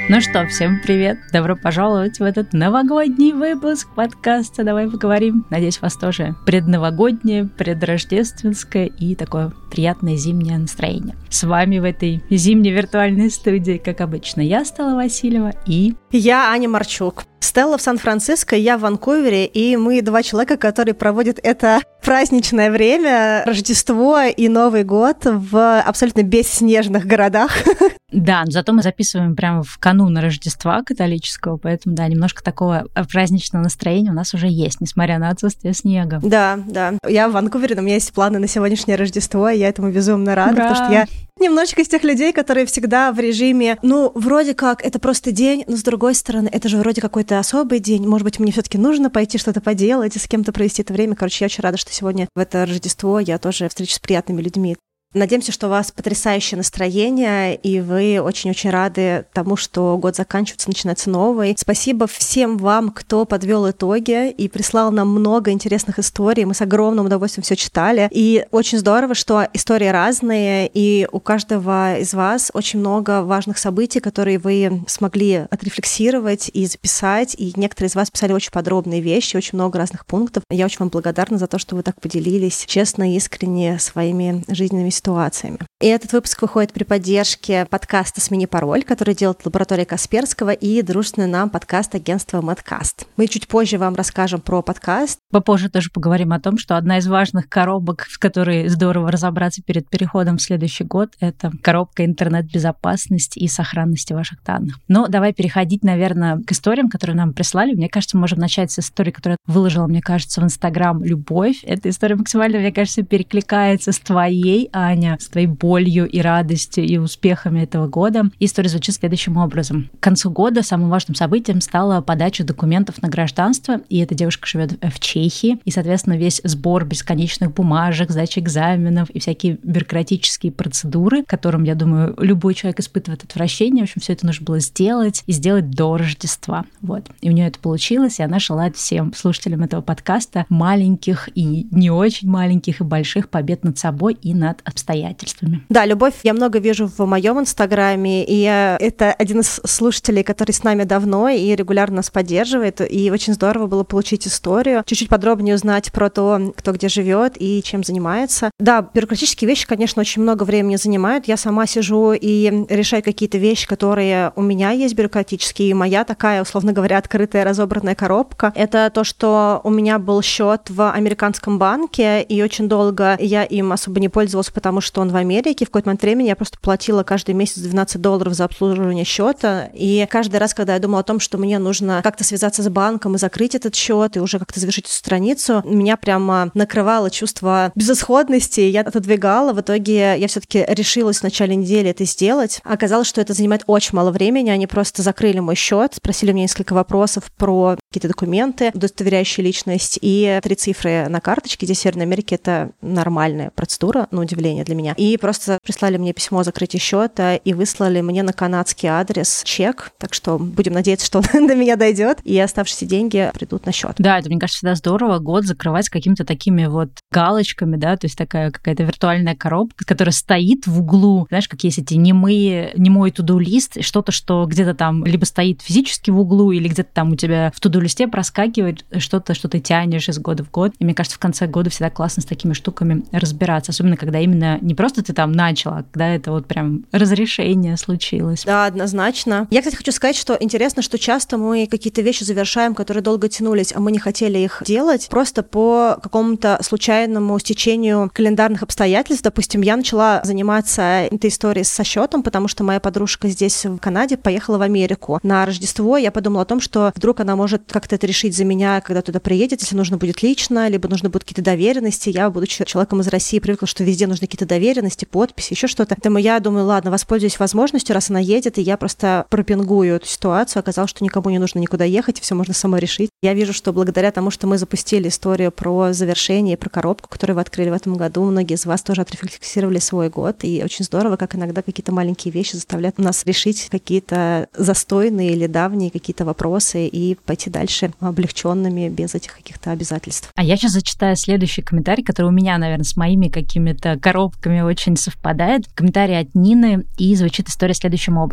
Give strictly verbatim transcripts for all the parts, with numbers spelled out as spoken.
Ну что, всем привет! Добро пожаловать в этот новогодний выпуск подкаста «Давай поговорим». Надеюсь, у вас тоже предновогоднее, предрождественское и такое приятное зимнее настроение. С вами в этой зимней виртуальной студии, как обычно, я, Стелла Васильева, и... Я, Аня Марчук. Стелла в Сан-Франциско, я в Ванкувере, и мы два человека, которые проводят это праздничное время, Рождество и Новый год в абсолютно бесснежных городах. Да, но зато мы записываем прямо в канун Рождества католического, поэтому, да, немножко такого праздничного настроения у нас уже есть, несмотря на отсутствие снега. Да, да. Я в Ванкувере, но у меня есть планы на сегодняшнее Рождество, и я этому безумно рада, Ура! потому что я немножечко из тех людей, которые всегда в режиме, ну, вроде как, это просто день, но с другой стороны, это же вроде какой-то особый день, может быть, мне все-таки нужно пойти что-то поделать и с кем-то провести это время. Короче, я очень рада, что сегодня в это Рождество я тоже встречусь с приятными людьми. Надеемся, что у вас потрясающее настроение, и вы очень-очень рады тому, что год заканчивается, начинается новый. Спасибо всем вам, кто подвел итоги и прислал нам много интересных историй. Мы с огромным удовольствием все читали. И очень здорово, что истории разные, и у каждого из вас очень много важных событий, которые вы смогли отрефлексировать и записать. И некоторые из вас писали очень подробные вещи, очень много разных пунктов. Я очень вам благодарна за то, что вы так поделились честно и искренне своими жизненными ситуациями. И этот выпуск выходит при поддержке подкаста «Смени пароль», который делает лаборатория Касперского, и дружественный нам подкаст агентства Madcast. Мы чуть позже вам расскажем про подкаст. Попозже тоже поговорим о том, что одна из важных коробок, в которой здорово разобраться перед переходом в следующий год, это коробка интернет-безопасности и сохранности ваших данных. Но давай переходить, наверное, к историям, которые нам прислали. Мне кажется, мы можем начать с истории, которую выложила, мне кажется, в Инстаграм Любовь. Эта история максимально, мне кажется, перекликается с твоей, Аня, с твоей болью и радостью и успехами этого года. История звучит следующим образом. К концу года самым важным событием стала подача документов на гражданство, и эта девушка живет в Чехии, и, соответственно, весь сбор бесконечных бумажек, сдача экзаменов и всякие бюрократические процедуры, к которым, я думаю, любой человек испытывает отвращение. В общем, все это нужно было сделать и сделать до Рождества. Вот. И у нее это получилось, и она желает всем слушателям этого подкаста маленьких и не очень маленьких и больших побед над собой и над обстоятельствами. Да, Любовь я много вижу в моем Инстаграме, и это один из слушателей, который с нами давно и регулярно нас поддерживает, и очень здорово было получить историю, чуть-чуть подробнее узнать про то, кто где живет и чем занимается. Да, бюрократические вещи, конечно, очень много времени занимают. Я сама сижу и решаю какие-то вещи, которые у меня есть бюрократические, и моя такая, условно говоря, открытая разобранная коробка. Это то, что у меня был счет в американском банке, и очень долго я им особо не пользовалась, потому что он в Америке. В какой-то момент времени я просто платила каждый месяц двенадцать долларов за обслуживание счета. И каждый раз, когда я думала о том, что мне нужно как-то связаться с банком и закрыть этот счет, и уже как-то завершить эту страницу, меня прямо накрывало чувство безысходности. Я отодвигала. В итоге я все-таки решилась в начале недели это сделать. Оказалось, что это занимает очень мало времени. Они просто закрыли мой счет, спросили у меня несколько вопросов про какие-то документы, удостоверяющие личность, и три цифры на карточке. Здесь в Северной Америке это нормальная процедура, на удивление для меня. И просто прислали мне письмо о закрытии счета и выслали мне на канадский адрес чек. Так что будем надеяться, что он до меня дойдет, и оставшиеся деньги придут на счет. Да, это, мне кажется, всегда здорово год закрывать с какими-то такими вот галочками, да, то есть такая какая-то виртуальная коробка, которая стоит в углу. Знаешь, как есть эти немые, немой туду-лист, что-то, что где-то там либо стоит физически в углу, или где-то там у тебя в туду-листе проскакивает что-то, что ты тянешь из года в год. И мне кажется, в конце года всегда классно с такими штуками разбираться, особенно когда именно не просто ты там начала, а когда это вот прям разрешение случилось. Да, однозначно. Я, кстати, хочу сказать, что интересно, что часто мы какие-то вещи завершаем, которые долго тянулись, а мы не хотели их делать, просто по какому-то случайному стечению календарных обстоятельств. Допустим, я начала заниматься этой историей со счетом, потому что моя подружка здесь, в Канаде, поехала в Америку на Рождество. Я подумала о том, что вдруг она может как-то это решить за меня, когда туда приедет, если нужно будет лично, либо нужны будут какие-то доверенности. Я, будучи человеком из России, привыкла, что везде нужны какие-то доверенности, подписи, еще что-то. Поэтому я думаю, ладно, воспользуюсь возможностью, раз она едет, и я просто пропингую эту ситуацию. Оказалось, что никому не нужно никуда ехать, все можно самой решить. Я вижу, что благодаря тому, что мы запустили историю про завершение и про коробку, которую вы открыли в этом году, многие из вас тоже отрефлексировали свой год, и очень здорово, как иногда какие-то маленькие вещи заставляют нас решить какие-то застойные или давние какие-то вопросы и пойти дальше облегченными, без этих каких-то обязательств. А я сейчас зачитаю следующий комментарий, который у меня, наверное, с моими какими-то коробками очень совпадает. Комментарий от Нины, и звучит история следующим образом.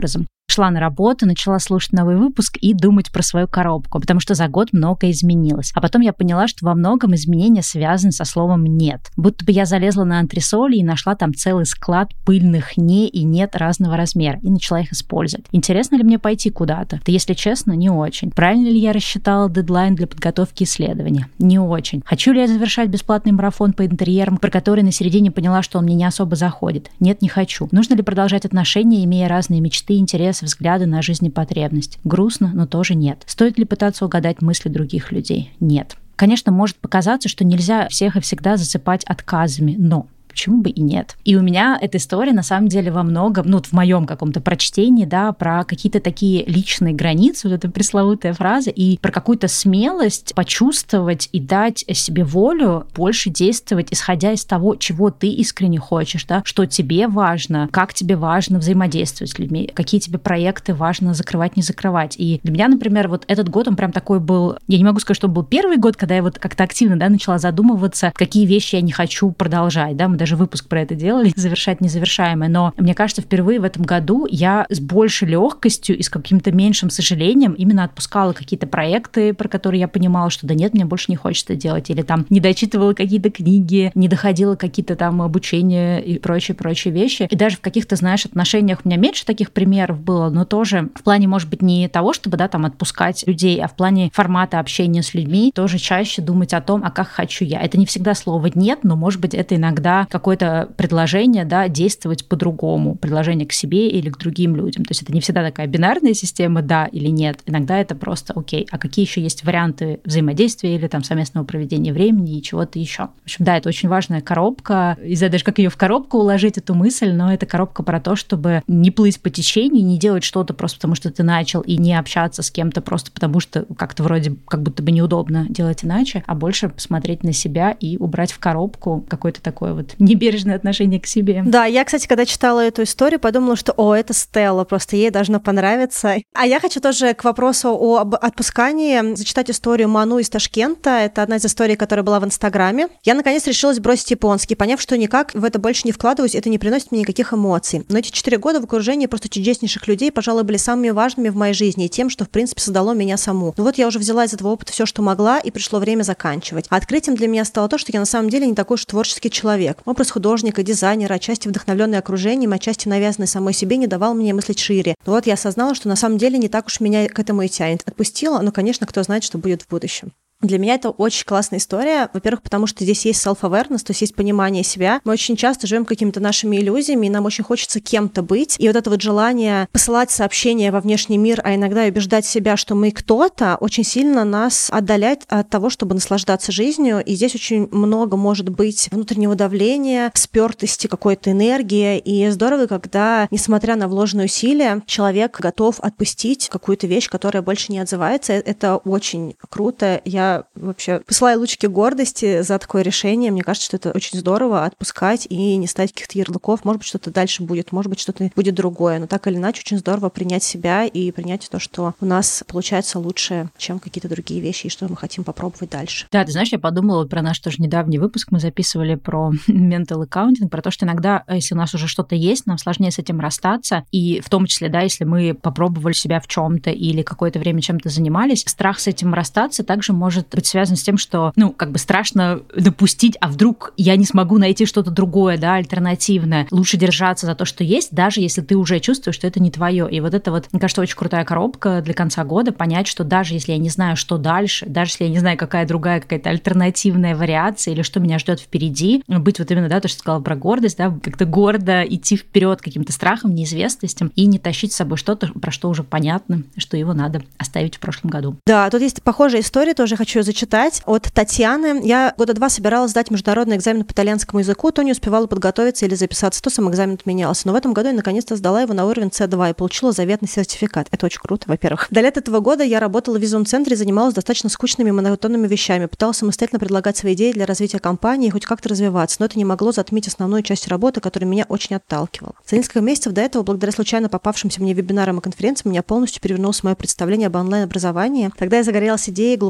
Шла на работу, начала слушать новый выпуск и думать про свою коробку, потому что за год многое изменилось. А потом я поняла, что во многом изменения связаны со словом «нет». Будто бы я залезла на антресоли и нашла там целый склад пыльных «не» и «нет» разного размера и начала их использовать. Интересно ли мне пойти куда-то? Да, если честно, не очень. Правильно ли я рассчитала дедлайн для подготовки исследования? Не очень. Хочу ли я завершать бесплатный марафон по интерьерам, про который на середине поняла, что он мне не особо заходит? Нет, не хочу. Нужно ли продолжать отношения, имея разные мечты, интересы, взгляды на жизнь и потребность? Грустно, но тоже нет. Стоит ли пытаться угадать мысли других людей? Нет. Конечно, может показаться, что нельзя всех и всегда засыпать отказами, но почему бы и нет? И у меня эта история, на самом деле, во многом, ну, в моем каком-то прочтении, да, про какие-то такие личные границы, вот эта пресловутая фраза, и про какую-то смелость почувствовать и дать себе волю больше действовать, исходя из того, чего ты искренне хочешь, да, что тебе важно, как тебе важно взаимодействовать с людьми, какие тебе проекты важно закрывать, не закрывать. И для меня, например, вот этот год, он прям такой был, я не могу сказать, что он был первый год, когда я вот как-то активно, да, начала задумываться, какие вещи я не хочу продолжать, да, мы даже выпуск про это делали, завершать незавершаемое, но мне кажется, впервые в этом году я с большей легкостью и с каким-то меньшим сожалением именно отпускала какие-то проекты, про которые я понимала, что да нет, мне больше не хочется делать, или там не дочитывала какие-то книги, не доходила какие-то там обучения и прочие-прочие вещи. И даже в каких-то, знаешь, отношениях у меня меньше таких примеров было, но тоже в плане, может быть, не того, чтобы, да, там отпускать людей, а в плане формата общения с людьми тоже чаще думать о том, а как хочу я. Это не всегда слово «нет», но, может быть, это иногда какое-то предложение, да, действовать по-другому, предложение к себе или к другим людям. То есть это не всегда такая бинарная система «да» или «нет». Иногда это просто «окей, а какие еще есть варианты взаимодействия или там совместного проведения времени и чего-то еще». В общем, да, это очень важная коробка. Не знаю даже, как ее в коробку уложить, эту мысль, но это коробка про то, чтобы не плыть по течению, не делать что-то просто потому, что ты начал, и не общаться с кем-то просто потому, что как-то вроде как будто бы неудобно делать иначе, а больше посмотреть на себя и убрать в коробку какое-то такое вот небережное отношение к себе. Да, я, кстати, когда читала эту историю, подумала, что, о, это Стелла, просто ей должно понравиться. А я хочу тоже к вопросу об отпускании зачитать историю Ману из Ташкента. Это одна из историй, которая была в Инстаграме. Я, наконец, решилась бросить японский, поняв, что никак в это больше не вкладываюсь, это не приносит мне никаких эмоций. Но эти четыре года в окружении просто чудеснейших людей, пожалуй, были самыми важными в моей жизни и тем, что, в принципе, создало меня саму. Ну вот я уже взяла из этого опыта все, что могла, и пришло время заканчивать. А открытием для меня стало то, что я на самом деле не такой уж творческий человек. Образ художника, дизайнера, отчасти вдохновленный окружением, отчасти навязанный самой себе, не давал мне мыслить шире. Но вот я осознала, что на самом деле не так уж меня к этому и тянет. Отпустила, но, конечно, кто знает, что будет в будущем. Для меня это очень классная история. Во-первых, потому что здесь есть self-awareness, то есть есть понимание себя. Мы очень часто живем какими-то нашими иллюзиями, и нам очень хочется кем-то быть. И вот это вот желание посылать сообщения во внешний мир, а иногда и убеждать себя, что мы кто-то, очень сильно нас отдаляет от того, чтобы наслаждаться жизнью. И здесь очень много может быть внутреннего давления, спёртости, какой-то энергии. И здорово, когда, несмотря на вложенные усилия, человек готов отпустить какую-то вещь, которая больше не отзывается. Это очень круто. Я вообще посылаю лучики гордости за такое решение. Мне кажется, что это очень здорово отпускать и не ставить каких-то ярлыков. Может быть, что-то дальше будет, может быть, что-то будет другое. Но так или иначе, очень здорово принять себя и принять то, что у нас получается лучше, чем какие-то другие вещи, и что мы хотим попробовать дальше. Да, ты знаешь, я подумала про наш тоже недавний выпуск. Мы записывали про mental accounting, про то, что иногда, если у нас уже что-то есть, нам сложнее с этим расстаться. И в том числе, да, если мы попробовали себя в чем-то или какое-то время чем-то занимались, страх с этим расстаться также может быть связан с тем, что, ну, как бы страшно допустить, а вдруг я не смогу найти что-то другое, да, альтернативное. Лучше держаться за то, что есть, даже если ты уже чувствуешь, что это не твое. И вот это вот, мне кажется, очень крутая коробка для конца года, понять, что даже если я не знаю, что дальше, даже если я не знаю, какая другая какая-то альтернативная вариация или что меня ждет впереди, быть вот именно, да, то, что ты сказала про гордость, да, как-то гордо идти вперед каким-то страхом, неизвестностям и не тащить с собой что-то, про что уже понятно, что его надо оставить в прошлом году. Да, тут есть похожая история, тоже хочу ее зачитать, от Татьяны. Я года два собиралась сдать международный экзамен по итальянскому языку, то не успевала подготовиться или записаться, то сам экзамен отменялся. Но в этом году я наконец-то сдала его на уровень си два и получила заветный сертификат. Это очень круто, во-первых. До лета этого года я работала в визовом центре и занималась достаточно скучными монотонными вещами. Пыталась самостоятельно предлагать свои идеи для развития компании и хоть как-то развиваться, но это не могло затмить основную часть работы, которая меня очень отталкивала. За несколько месяцев до этого, благодаря случайно попавшимся мне вебинарам и конференциям, меня полностью перевернулось мое представление об онлайн-образовании. Тогда я загорелась идеей глубоко окунуться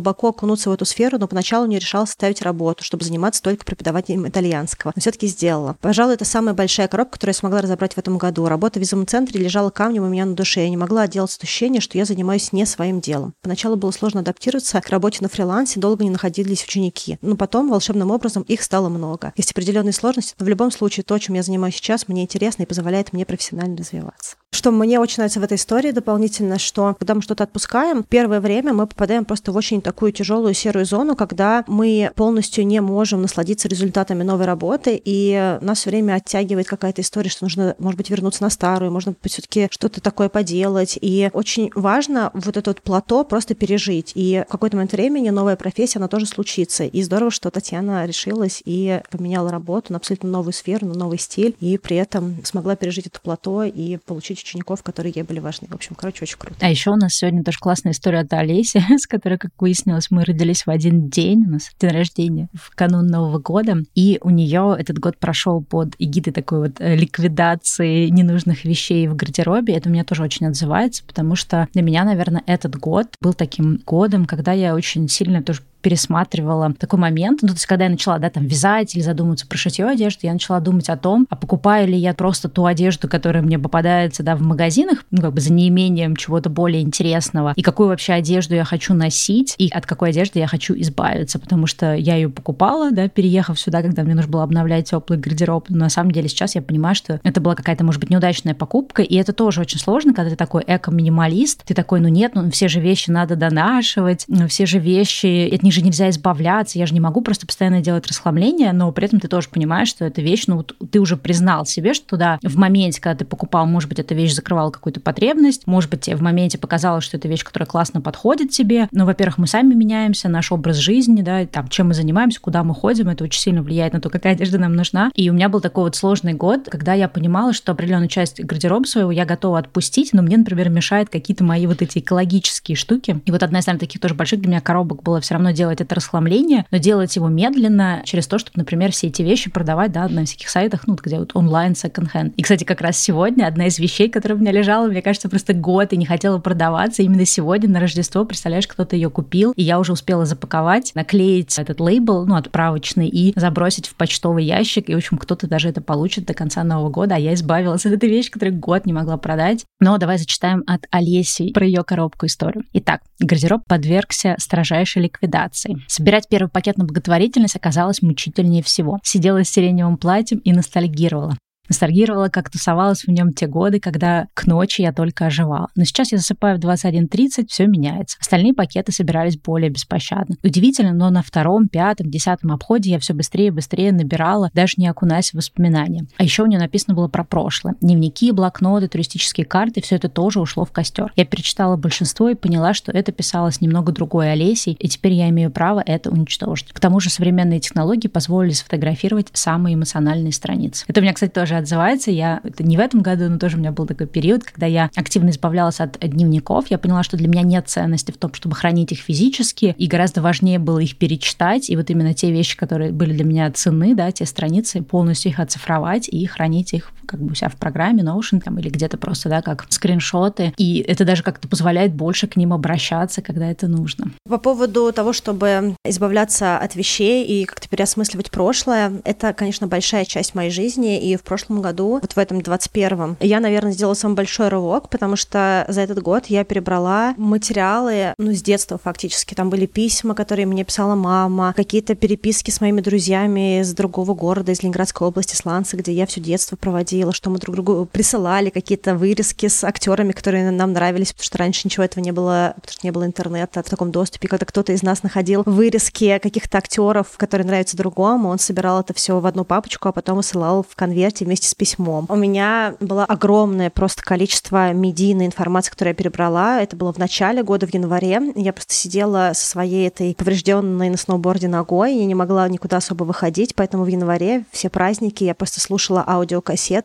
окунуться в эту сферу, но поначалу не решалась ставить работу, чтобы заниматься только преподаванием итальянского. Но все-таки сделала. Пожалуй, это самая большая коробка, которую я смогла разобрать в этом году. Работа в визовом центре лежала камнем у меня на душе. Я не могла отделаться от ощущения, что я занимаюсь не своим делом. Поначалу было сложно адаптироваться к работе на фрилансе, долго не находились ученики. Но потом, волшебным образом, их стало много. Есть определенные сложности, но в любом случае то, чем я занимаюсь сейчас, мне интересно и позволяет мне профессионально развиваться. Что мне очень нравится в этой истории дополнительно, что когда мы что-то отпускаем, первое время мы попадаем просто в очень такую тяжелую серую зону, когда мы полностью не можем насладиться результатами новой работы, и нас все время оттягивает какая-то история, что нужно, может быть, вернуться на старую, можно все-таки что-то такое поделать. И очень важно вот это вот плато просто пережить. И в какой-то момент времени новая профессия, она тоже случится. И здорово, что Татьяна решилась и поменяла работу на абсолютно новую сферу, на новый стиль, и при этом смогла пережить это плато и получить учеников, которые ей были важны. В общем, короче, очень круто. А еще у нас сегодня тоже классная история от Олеси, с которой, как выяснилось, мы родились в один день, у нас день рождения в канун Нового года, и у нее этот год прошел под эгидой такой вот ликвидации ненужных вещей в гардеробе. Это у меня тоже очень отзывается, потому что для меня, наверное, этот год был таким годом, когда я очень сильно тоже пересматривала такой момент, ну, то есть когда я начала, да, там, вязать или задумываться про шитье одежды, я начала думать о том, а покупаю ли я просто ту одежду, которая мне попадается, да, в магазинах, ну, как бы за неимением чего-то более интересного, и какую вообще одежду я хочу носить, и от какой одежды я хочу избавиться, потому что я ее покупала, да, переехав сюда, когда мне нужно было обновлять теплый гардероб, но на самом деле сейчас я понимаю, что это была какая-то, может быть, неудачная покупка, и это тоже очень сложно, когда ты такой эко-минималист, ты такой, ну нет, ну все же вещи надо донашивать, ну, все же вещи, от них же нельзя избавляться, я же не могу просто постоянно делать расхламление, но при этом ты тоже понимаешь, что эта вещь, ну, вот ты уже признал себе, что да, в моменте, когда ты покупал, может быть, эта вещь закрывала какую-то потребность, может быть, в моменте показалось, что это вещь, которая классно подходит тебе, но, во-первых, мы сами меняемся, наш образ жизни, да, там, чем мы занимаемся, куда мы ходим, это очень сильно влияет на то, какая одежда нам нужна, и у меня был такой вот сложный год, когда я понимала, что определенную часть гардероба своего я готова отпустить, но мне, например, мешают какие-то мои вот эти экологические штуки, и вот одна из, наверное, таких тоже больших для меня коробок было все равно делать это расхламление, но делать его медленно через то, чтобы, например, все эти вещи продавать, да, на всяких сайтах, ну, где вот онлайн, секонд-хенд. И, кстати, как раз сегодня одна из вещей, которая у меня лежала, мне кажется, просто год и не хотела продаваться, именно сегодня на Рождество, представляешь, кто-то ее купил, и я уже успела запаковать, наклеить этот лейбл, ну, отправочный, и забросить в почтовый ящик, и, в общем, кто-то даже это получит до конца Нового года, а я избавилась от этой вещи, которую год не могла продать. Но давай зачитаем от Олеси про ее коробку историю. Итак, гардероб подвергся строжайшей ликвидации. Собирать первый пакет на благотворительность оказалось мучительнее всего. Сидела с сиреневым платьем и ностальгировала. Ностальгировала, как тусовалась в нем те годы, когда к ночи я только оживала. Но сейчас я засыпаю в двадцать один тридцать, все меняется. Остальные пакеты собирались более беспощадно. Удивительно, но на втором, пятом, десятом обходе я все быстрее и быстрее набирала, даже не окунаясь в воспоминания. А еще у нее написано было про прошлое. Дневники, блокноты, туристические карты, все это тоже ушло в костер. Я перечитала большинство и поняла, что это писалось немного другой Олесей, и теперь я имею право это уничтожить. К тому же современные технологии позволили сфотографировать самые эмоциональные страницы. Это у меня, кстати, тоже отзывается. Я, это не в этом году, но тоже у меня был такой период, когда я активно избавлялась от дневников. Я поняла, что для меня нет ценности в том, чтобы хранить их физически, и гораздо важнее было их перечитать, и вот именно те вещи, которые были для меня ценны, да, те страницы, полностью их оцифровать и хранить их как бы у себя в программе Notion там, или где-то просто, да, как скриншоты. И это даже как-то позволяет больше к ним обращаться, когда это нужно. По поводу того, чтобы избавляться от вещей и как-то переосмысливать прошлое, это, конечно, большая часть моей жизни, и в прошлом году, вот в этом двадцать первом, я, наверное, сделала самый большой рывок, потому что за этот год я перебрала материалы, ну, с детства фактически. Там были письма, которые мне писала мама, какие-то переписки с моими друзьями из другого города, из Ленинградской области, с Ланца, где я все детство проводила, что мы друг другу присылали какие-то вырезки с актерами, которые нам нравились, потому что раньше ничего этого не было, потому что не было интернета в таком доступе. Когда кто-то из нас находил вырезки каких-то актеров, которые нравятся другому, он собирал это все в одну папочку, а потом высылал в конверте вместе с письмом. У меня было огромное просто количество медийной информации, которую я перебрала. Это было в начале года, в январе. Я просто сидела со своей этой поврежденной на сноуборде ногой, я не могла никуда особо выходить, поэтому в январе все праздники я просто слушала аудиокассеты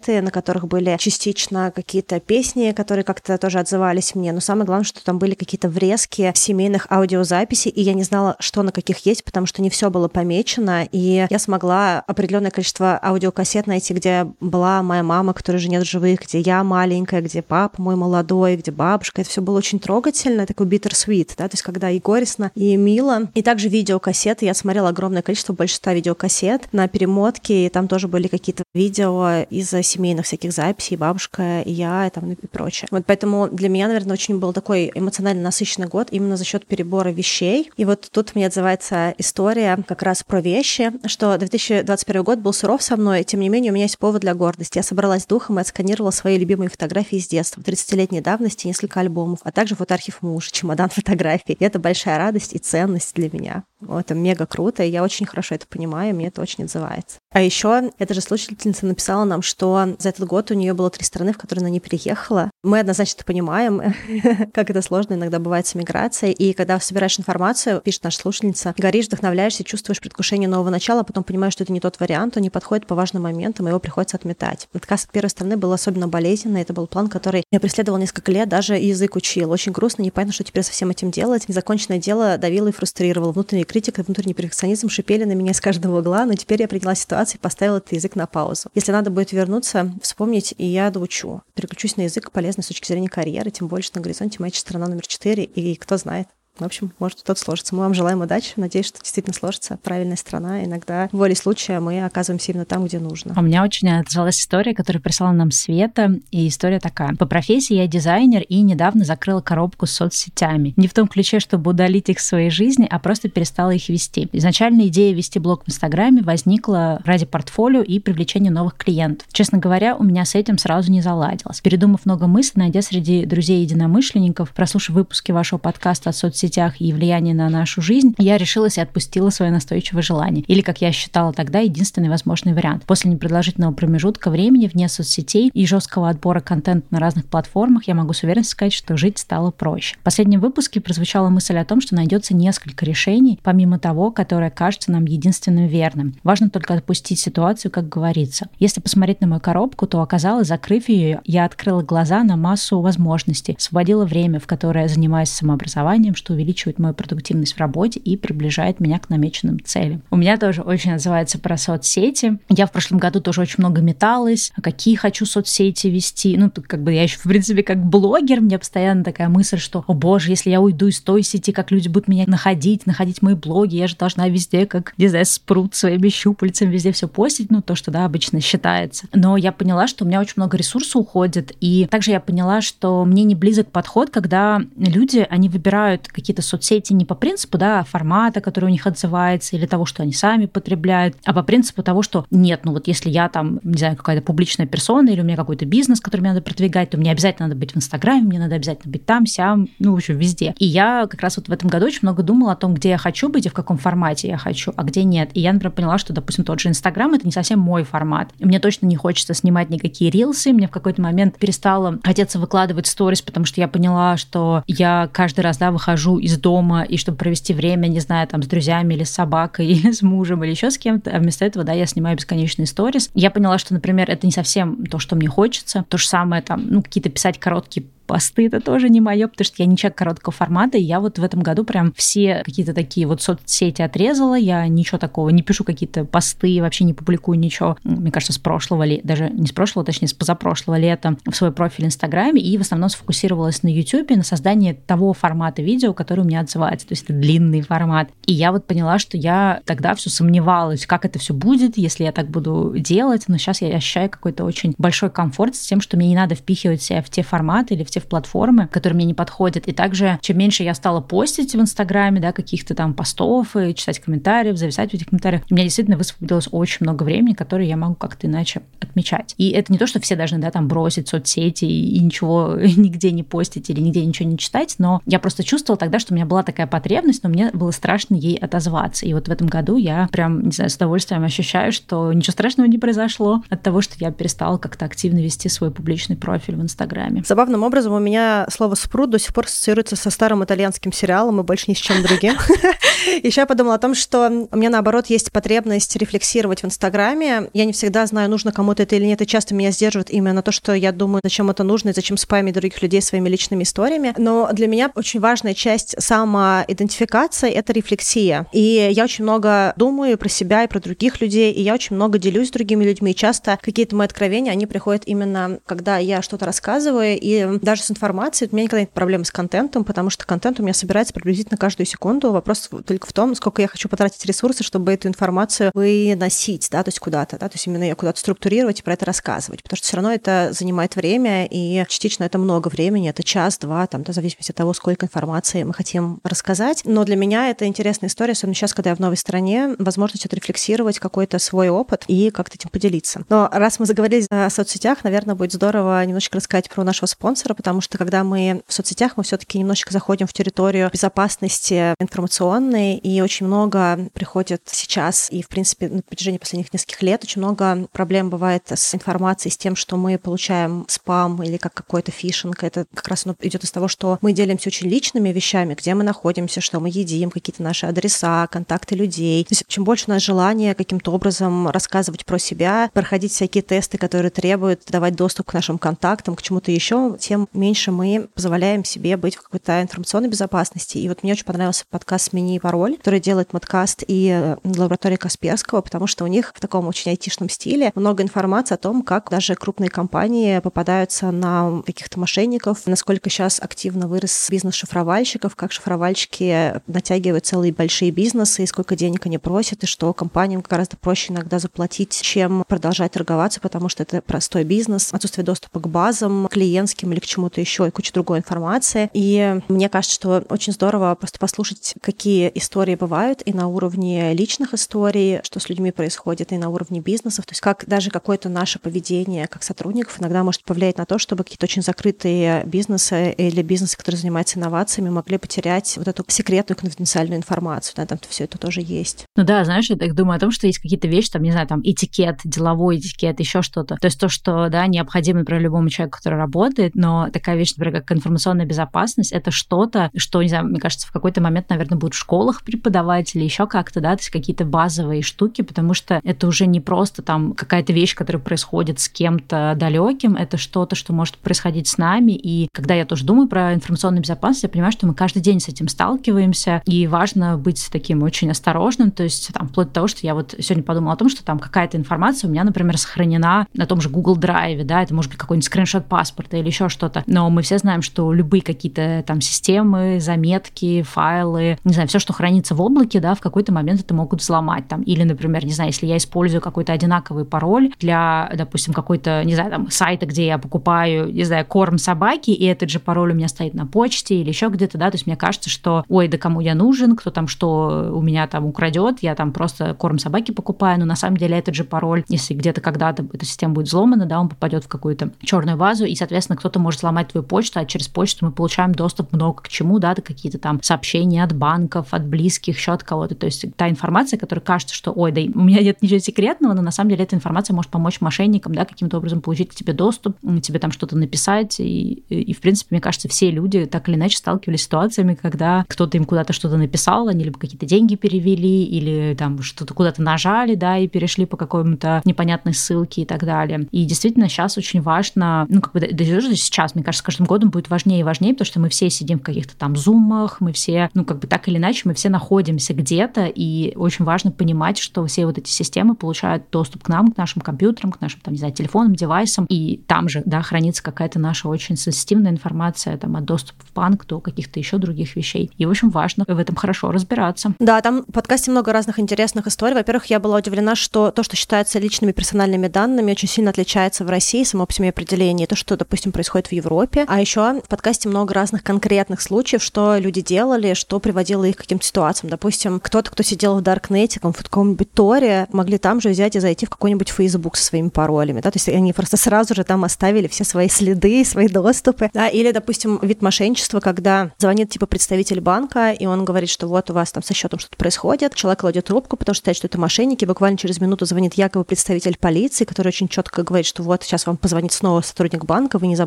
кассеты, на которых были частично какие-то песни, которые как-то тоже отзывались мне. Но самое главное, что там были какие-то врезки семейных аудиозаписей, и я не знала, что на каких есть, потому что не все было помечено. И я смогла определенное количество аудиокассет найти, где была моя мама, которой уже нет в живых, где я маленькая, где папа мой молодой, где бабушка. Это все было очень трогательно, такой bittersweet, да, то есть когда и горестно, и мило. И также видеокассеты. Я смотрела огромное количество, больше ста видеокассет на перемотке, и там тоже были какие-то видео из семейных всяких записей, бабушка, и я, и, там, и прочее. Вот поэтому для меня, наверное, очень был такой эмоционально насыщенный год именно за счет перебора вещей. И вот тут мне отзывается история как раз про вещи, что две тысячи двадцать первый год был суров со мной, тем не менее у меня есть повод для гордости. Я собралась с духом и отсканировала свои любимые фотографии из детства, тридцатилетней давности, несколько альбомов, а также фотоархив мужа, чемодан фотографий. И это большая радость и ценность для меня. Это мега круто, и я очень хорошо это понимаю, мне это очень отзывается. А еще эта же слушательница написала нам, что за этот год у нее было три страны, в которые она не переехала. Мы однозначно понимаем, как это сложно иногда бывает с эмиграцией. И когда собираешь информацию, пишет наша слушательница, горишь, вдохновляешься, чувствуешь предвкушение нового начала, а потом понимаешь, что это не тот вариант, он не подходит по важным моментам, и его приходится отметать. Отказ от первой страны был особенно болезненный. Это был план, который я преследовал несколько лет, даже язык учил. Очень грустно, непонятно, что теперь со всем этим делать. Незаконченное дело давило и фрустрировало. Внутренняя критика, внутренний перфекционизм шипели на меня с каждого угла, но теперь я приняла ситуацию и поставила этот язык на паузу. Если надо будет вернуться, вспомнить, и я доучу. Переключусь на язык полезный с точки зрения карьеры, тем более, что на горизонте моя страна номер четыре, и кто знает. В общем, может, что-то сложится. Мы вам желаем удачи. Надеюсь, что действительно сложится. Правильная страна. Иногда волей случая мы оказываемся именно там, где нужно. У меня очень отозвалась история, которую прислала нам Света. И история такая. По профессии я дизайнер и недавно закрыла коробку с соцсетями. Не в том ключе, чтобы удалить их в своей жизни, а просто перестала их вести. Изначально идея вести блог в Инстаграме возникла ради портфолио и привлечения новых клиентов. Честно говоря, у меня с этим сразу не заладилось. Передумав много мыслей, найдя среди друзей-единомышленников, прослушав выпуски вашего подкаста о соцсетях и влияние на нашу жизнь, я решилась и отпустила свое настойчивое желание. Или, как я считала тогда, единственный возможный вариант. После непродолжительного промежутка времени вне соцсетей и жесткого отбора контента на разных платформах я могу с уверенностью сказать, что жить стало проще. В последнем выпуске прозвучала мысль о том, что найдется несколько решений, помимо того, которое кажется нам единственным верным. Важно только отпустить ситуацию, как говорится. Если посмотреть на мою коробку, то оказалось, закрыв ее, я открыла глаза на массу возможностей, освободила время, в которое я занимаюсь самообразованием, что увеличивает мою продуктивность в работе и приближает меня к намеченным целям. У меня тоже очень отзывается про соцсети. Я в прошлом году тоже очень много металась, а какие хочу соцсети вести. Ну, тут как бы я еще, в принципе, как блогер, у меня постоянно такая мысль, что, о боже, если я уйду из той сети, как люди будут меня находить, находить мои блоги, я же должна везде, как, не знаю, спрут своими щупальцами, везде все постить, ну, то, что, да, обычно считается. Но я поняла, что у меня очень много ресурсов уходит, и также я поняла, что мне не близок подход, когда люди, они выбирают какие-то соцсети не по принципу, да, формата, который у них отзывается, или того, что они сами потребляют, а по принципу того, что нет, ну вот если я там, не знаю, какая-то публичная персона, или у меня какой-то бизнес, который мне надо продвигать, то мне обязательно надо быть в Инстаграме, мне надо обязательно быть там, сям, ну, в общем, везде. И я как раз вот в этом году очень много думала о том, где я хочу быть и в каком формате я хочу, а где нет. И я, например, поняла, что, допустим, тот же Инстаграм — это не совсем мой формат. И мне точно не хочется снимать никакие рилсы, мне в какой-то момент перестало хотеться выкладывать сторис, потому что я поняла, что я каждый раз, да, выхожу из дома, и чтобы провести время, не знаю, там, с друзьями или с собакой, или с мужем, или еще с кем-то, а вместо этого, да, я снимаю бесконечные сторис. Я поняла, что, например, это не совсем то, что мне хочется. То же самое, там, ну, какие-то писать короткие посты — это тоже не мое, потому что я не человек короткого формата, и я вот в этом году прям все какие-то такие вот соцсети отрезала, я ничего такого, не пишу какие-то посты, вообще не публикую ничего, мне кажется, с прошлого лета, даже не с прошлого, точнее, с позапрошлого лета в свой профиль в Инстаграме, и в основном сфокусировалась на Ютубе, на создании того формата видео, который у меня отзывается, то есть это длинный формат. И я вот поняла, что я тогда все сомневалась, как это все будет, если я так буду делать, но сейчас я ощущаю какой-то очень большой комфорт с тем, что мне не надо впихивать себя в те форматы или в те в платформы, которые мне не подходят. И также, чем меньше я стала постить в Инстаграме, да, каких-то там постов, и читать комментарии, зависать в этих комментариях, у меня действительно высвободилось очень много времени, которое я могу как-то иначе отмечать. И это не то, что все должны, да, там бросить соцсети и ничего нигде не постить или нигде ничего не читать, но я просто чувствовала тогда, что у меня была такая потребность, но мне было страшно ей отозваться. И вот в этом году я прям, не знаю, с удовольствием ощущаю, что ничего страшного не произошло от того, что я перестала как-то активно вести свой публичный профиль в Инстаграме. Забавным образом у меня слово «спрут» до сих пор ассоциируется со старым итальянским сериалом и больше ни с чем другим. Еще я подумала о том, что у меня, наоборот, есть потребность рефлексировать в Инстаграме. Я не всегда знаю, нужно кому-то это или нет, и часто меня сдерживает именно то, что я думаю, зачем это нужно, и зачем спамить других людей своими личными историями. Но для меня очень важная часть самоидентификации — это рефлексия. И я очень много думаю про себя и про других людей, и я очень много делюсь с другими людьми. И часто какие-то мои откровения, они приходят именно, когда я что-то рассказываю, и даже с информацией у меня никогда нет проблем с контентом, потому что контент у меня собирается приблизительно каждую секунду. Вопрос только в том, сколько я хочу потратить ресурсы, чтобы эту информацию выносить, да, то есть куда-то, да, то есть именно ее куда-то структурировать и про это рассказывать, потому что все равно это занимает время, и частично это много времени, это час-два, там, да, в зависимости от того, сколько информации мы хотим рассказать. Но для меня это интересная история, особенно сейчас, когда я в новой стране, возможность отрефлексировать какой-то свой опыт и как-то этим поделиться. Но раз мы заговорили о соцсетях, наверное, будет здорово немножечко рассказать про нашего спонсора, потому что когда мы в соцсетях, мы все-таки немножечко заходим в территорию безопасности информационной, и очень много приходит сейчас, и, в принципе, на протяжении последних нескольких лет очень много проблем бывает с информацией, с тем, что мы получаем спам или как какой-то фишинг. Это как раз оно идет из того, что мы делимся очень личными вещами, где мы находимся, что мы едим, какие-то наши адреса, контакты людей. То есть чем больше у нас желания каким-то образом рассказывать про себя, проходить всякие тесты, которые требуют давать доступ к нашим контактам, к чему-то еще, тем меньше мы позволяем себе быть в какой-то информационной безопасности. И вот мне очень понравился подкаст «Смени пароль», который делает Модкаст и лаборатория Касперского, потому что у них в таком очень айтишном стиле много информации о том, как даже крупные компании попадаются на каких-то мошенников, насколько сейчас активно вырос бизнес шифровальщиков, как шифровальщики натягивают целые большие бизнесы, и сколько денег они просят, и что компаниям гораздо проще иногда заплатить, чем продолжать торговаться, потому что это простой бизнес, отсутствие доступа к базам клиентским или к чему-то еще, и куча другой информации. И мне кажется, что очень здорово просто послушать, какие истории бывают и на уровне личных историй, что с людьми происходит, и на уровне бизнесов. То есть как даже какое-то наше поведение как сотрудников иногда может повлиять на то, чтобы какие-то очень закрытые бизнесы или бизнесы, которые занимаются инновациями, могли потерять вот эту секретную конфиденциальную информацию. Да, там все это тоже есть. Ну да, знаешь, я так думаю о том, что есть какие-то вещи, там, не знаю, там этикет, деловой этикет, еще что-то. То есть то, что, да, необходимо, например, любому человеку, который работает, но такая вещь, например, как информационная безопасность, это что-то, что, не знаю, мне кажется, в какой-то момент, наверное, будут в школах преподавать или еще как-то, да, то есть какие-то базовые штуки, потому что это уже не просто там какая-то вещь, которая происходит с кем-то далеким, это что-то, что может происходить с нами. И когда я тоже думаю про информационную безопасность, я понимаю, что мы каждый день с этим сталкиваемся, и важно быть таким очень осторожным, то есть там вплоть до того, что я вот сегодня подумала о том, что там какая-то информация у меня, например, сохранена на том же Google Drive, да, это может быть какой-нибудь скриншот паспорта или еще что-то, но мы все знаем, что любые какие-то там системы, заметки, файлы, не знаю, все, что хранится в облаке, да, в какой-то момент это могут взломать там, или, например, не знаю, если я использую какой-то одинаковый пароль для, допустим, какой-то, не знаю, там, сайта, где я покупаю, не знаю, корм собаки, и этот же пароль у меня стоит на почте или еще где-то, да, то есть мне кажется, что, ой, да кому я нужен, кто там что у меня там украдет, я там просто корм собаки покупаю, но на самом деле этот же пароль, если где-то когда-то эта система будет взломана, да, он попадет в какую-то черную базу, и, соответственно, кто-то может взломать твою почту, а через почту мы получаем доступ много к чему, да, до какие-то там сообщения от банков, от близких, еще от кого-то, то есть та информация, которая кажется, что, ой, да у меня нет ничего секретного, но на самом деле эта информация может помочь мошенникам, да, каким-то образом получить к тебе доступ, тебе там что-то написать, и, и, в принципе, мне кажется, все люди так или иначе сталкивались с ситуациями, когда кто-то им куда-то что-то написал, они либо какие-то деньги перевели, или там что-то куда-то нажали, да, и перешли по какой-то непонятной ссылке и так далее. И действительно сейчас очень важно, ну, как бы даже сейчас, мне кажется, с каждым годом будет важнее и важнее, потому что мы все сидим в каких-то там зумах, мы все, ну, как бы так или иначе, мы все находимся где-то, и очень важно понимать, что все вот эти системы получают доступ к нам, к нашим компьютерам, к нашим, там, не знаю, телефонам, девайсам, и там же, да, хранится какая-то наша очень сенситивная информация, там, от доступа в банк до каких-то еще других вещей. И, в общем, важно в этом хорошо разбираться. Да, там в подкасте много разных интересных историй. Во-первых, я была удивлена, что то, что считается личными персональными данными, очень сильно отличается в России, само по себе определение, то, что, допустим, происходит в Европе. А еще в подкасте много разных конкретных случаев, что люди делали, что приводило их к каким-то ситуациям. Допустим, кто-то, кто сидел в Даркнете, в каком-нибудь Торе, могли там же взять и зайти в какой-нибудь Facebook со своими паролями, да, то есть они просто сразу же там оставили все свои следы, свои доступы, да, или, допустим, вид мошенничества, когда звонит, типа, представитель банка, и он говорит, что вот у вас там со счетом что-то происходит, человек кладет трубку, потому что считает, что это мошенники, буквально через минуту звонит якобы представитель полиции, который очень четко говорит, что вот сейчас вам позвонит снова сотрудник банка, вы не забудьте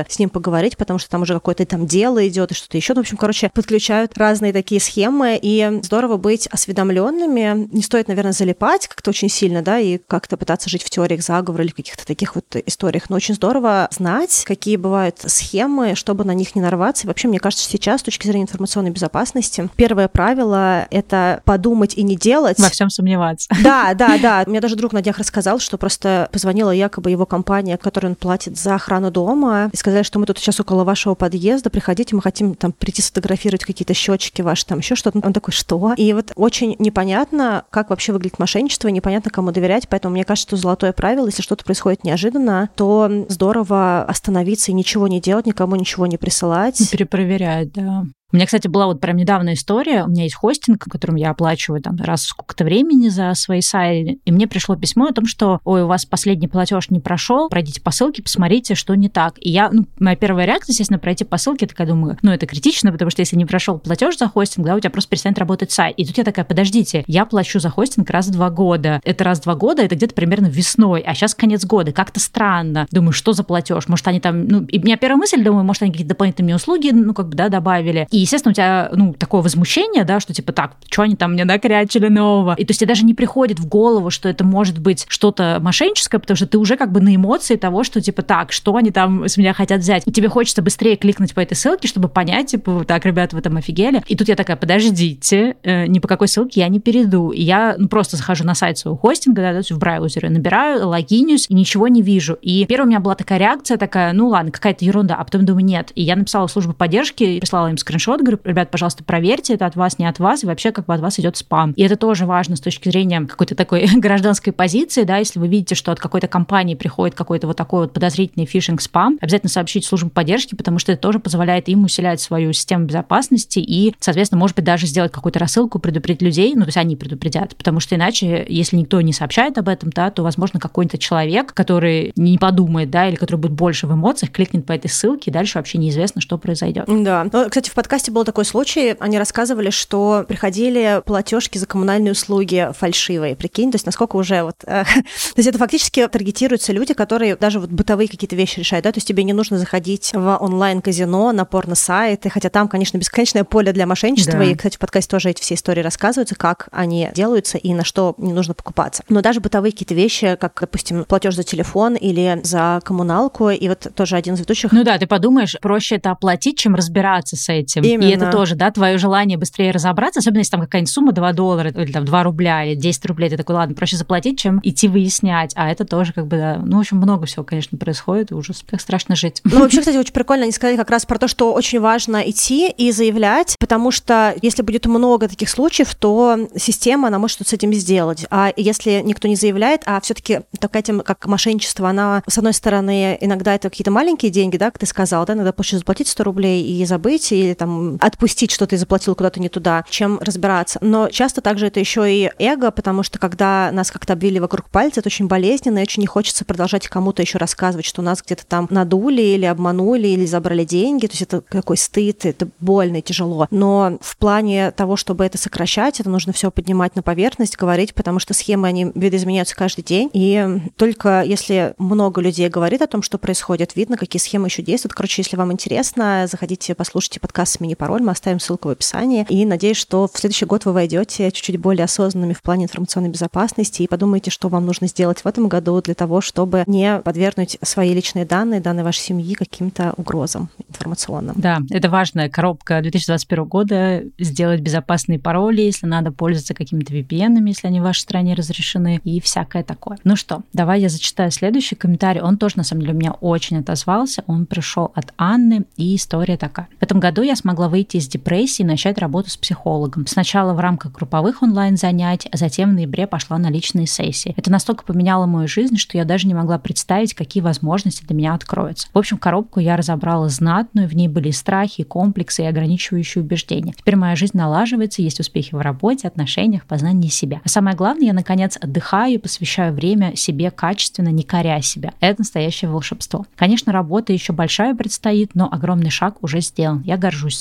надо с ним поговорить, потому что там уже какое-то там дело идет и что-то еще. Ну, в общем, короче, подключают разные такие схемы, и здорово быть осведомленными. Не стоит, наверное, залипать как-то очень сильно, да, и как-то пытаться жить в теориях заговора или в каких-то таких вот историях, но очень здорово знать, какие бывают схемы, чтобы на них не нарваться. И вообще, мне кажется, сейчас, с точки зрения информационной безопасности, первое правило — это подумать и не делать. Во всем сомневаться. Да, да, да. Мне даже друг на днях рассказал, что просто позвонила якобы его компания, которой он платит за охрану дома, и сказали, что мы тут сейчас около вашего подъезда, приходите, мы хотим там прийти сфотографировать какие-то счетчики ваши, там еще что-то. Он такой, что? И вот очень непонятно, как вообще выглядит мошенничество, непонятно, кому доверять, поэтому мне кажется, что золотое правило, если что-то происходит неожиданно, то здорово остановиться и ничего не делать, никому ничего не присылать. Перепроверять, да. У меня, кстати, была вот прям недавняя история. У меня есть хостинг, которым я оплачиваю там раз в сколько-то времени за свои сайты. И мне пришло письмо о том, что, ой, у вас последний платеж не прошел, пройдите по ссылке, посмотрите, что не так. И я, ну, моя первая реакция, естественно, пройти по ссылке, я такая думаю, ну, это критично, потому что если не прошел платеж за хостинг, да, у тебя просто перестанет работать сайт. И тут я такая, подождите, я плачу за хостинг раз в два года. Это раз в два года, это где-то примерно весной, а сейчас конец года. Как-то странно. Думаю, что за платеж? Может, они там, ну, и у меня первая мысль, думаю, может, они какие-то дополнительные услуги, ну, как бы, да, добавили. И, естественно, у тебя, ну, такое возмущение, да, что типа так, что они там мне накрячили нового? И то есть тебе даже не приходит в голову, что это может быть что-то мошенническое, потому что ты уже как бы на эмоции того, что типа так, что они там с меня хотят взять. И тебе хочется быстрее кликнуть по этой ссылке, чтобы понять, типа, так, ребята, вы там офигели. И тут я такая, подождите, э, ни по какой ссылке я не перейду. И я, ну, просто захожу на сайт своего хостинга, да, то есть в браузере, набираю, логинюсь и ничего не вижу. И первая у меня была такая реакция, такая, ну ладно, какая-то ерунда, а потом думаю, нет. И я написала в службу поддержки, прислала им скриншот, говорю, ребят, пожалуйста, проверьте, это от вас, не от вас, и вообще как бы от вас идет спам. И это тоже важно с точки зрения какой-то такой гражданской позиции, да, если вы видите, что от какой-то компании приходит какой-то вот такой вот подозрительный фишинг-спам, обязательно сообщите в службу поддержки, потому что это тоже позволяет им усилять свою систему безопасности и, соответственно, может быть, даже сделать какую-то рассылку, предупредить людей, ну, то есть они предупредят, потому что иначе, если никто не сообщает об этом, да, то, возможно, какой-то человек, который не подумает, да, или который будет больше в эмоциях, кликнет по этой ссылке, и дальше вообще неизвестно, что произойдет. Да. Ну, кстати, в подкасте был такой случай, они рассказывали, что приходили платежки за коммунальные услуги фальшивые, прикинь, то есть насколько уже вот... Э, то есть это фактически таргетируются люди, которые даже вот бытовые какие-то вещи решают, да, то есть тебе не нужно заходить в онлайн-казино, на порно-сайты, хотя там, конечно, бесконечное поле для мошенничества, да. И, кстати, в подкасте тоже эти все истории рассказываются, как они делаются и на что не нужно покупаться. Но даже бытовые какие-то вещи, как, допустим, платеж за телефон или за коммуналку, и вот тоже один из ведущих... Ну да, ты подумаешь, проще это оплатить, чем разбираться с этим. Именно. И это тоже, да, твое желание быстрее разобраться, особенно если там какая-нибудь сумма два доллара, или там два рубля, или десять рублей, ты такой, ладно, проще заплатить, чем идти выяснять. А это тоже как бы, да, ну, в общем, много всего, конечно, происходит, и ужас, как страшно жить. Ну, вообще, кстати, очень прикольно, они сказали как раз про то, что очень важно идти и заявлять, потому что если будет много таких случаев, то система, она может что-то с этим сделать. А если никто не заявляет, а все-таки такая тема, как мошенничество, она, с одной стороны, иногда это какие-то маленькие деньги, да, как ты сказал, да, иногда проще заплатить сто рублей и забыть, или там отпустить, что ты заплатил куда-то не туда, чем разбираться. Но часто также это еще и эго, потому что когда нас как-то обвили вокруг пальца, это очень болезненно, и очень не хочется продолжать кому-то еще рассказывать, что нас где-то там надули или обманули, или забрали деньги. То есть это какой стыд, это больно и тяжело. Но в плане того, чтобы это сокращать, это нужно все поднимать на поверхность, говорить, потому что схемы, они видоизменяются каждый день. И только если много людей говорит о том, что происходит, видно, какие схемы еще действуют. Короче, если вам интересно, заходите, послушайте подкаст «Смени-пароль», мы оставим ссылку в описании. И надеюсь, что в следующий год вы войдете чуть-чуть более осознанными в плане информационной безопасности и подумаете, что вам нужно сделать в этом году для того, чтобы не подвергнуть свои личные данные, данные вашей семьи каким-то угрозам информационным. Да, это важная коробка две тысячи двадцать первого года, сделать безопасные пароли, если надо пользоваться какими-то ви пи эн-ами, если они в вашей стране разрешены, и всякое такое. Ну что, давай я зачитаю следующий комментарий. Он тоже, на самом деле, у меня очень отозвался. Он пришел от Анны, и история такая. В этом году я смогла выйти из депрессии и начать работу с психологом. Сначала в рамках групповых онлайн-занятий, а затем в ноябре пошла на личные сессии. Это настолько поменяло мою жизнь, что я даже не могла представить, какие возможности для меня откроются. В общем, коробку я разобрала знатную, в ней были и страхи, и комплексы, и ограничивающие убеждения. Теперь моя жизнь налаживается, есть успехи в работе, отношениях, познании себя. А самое главное, я, наконец, отдыхаю и посвящаю время себе качественно, не коря себя. Это настоящее волшебство. Конечно, работа еще большая предстоит, но огромный шаг уже сделан. Я горжусь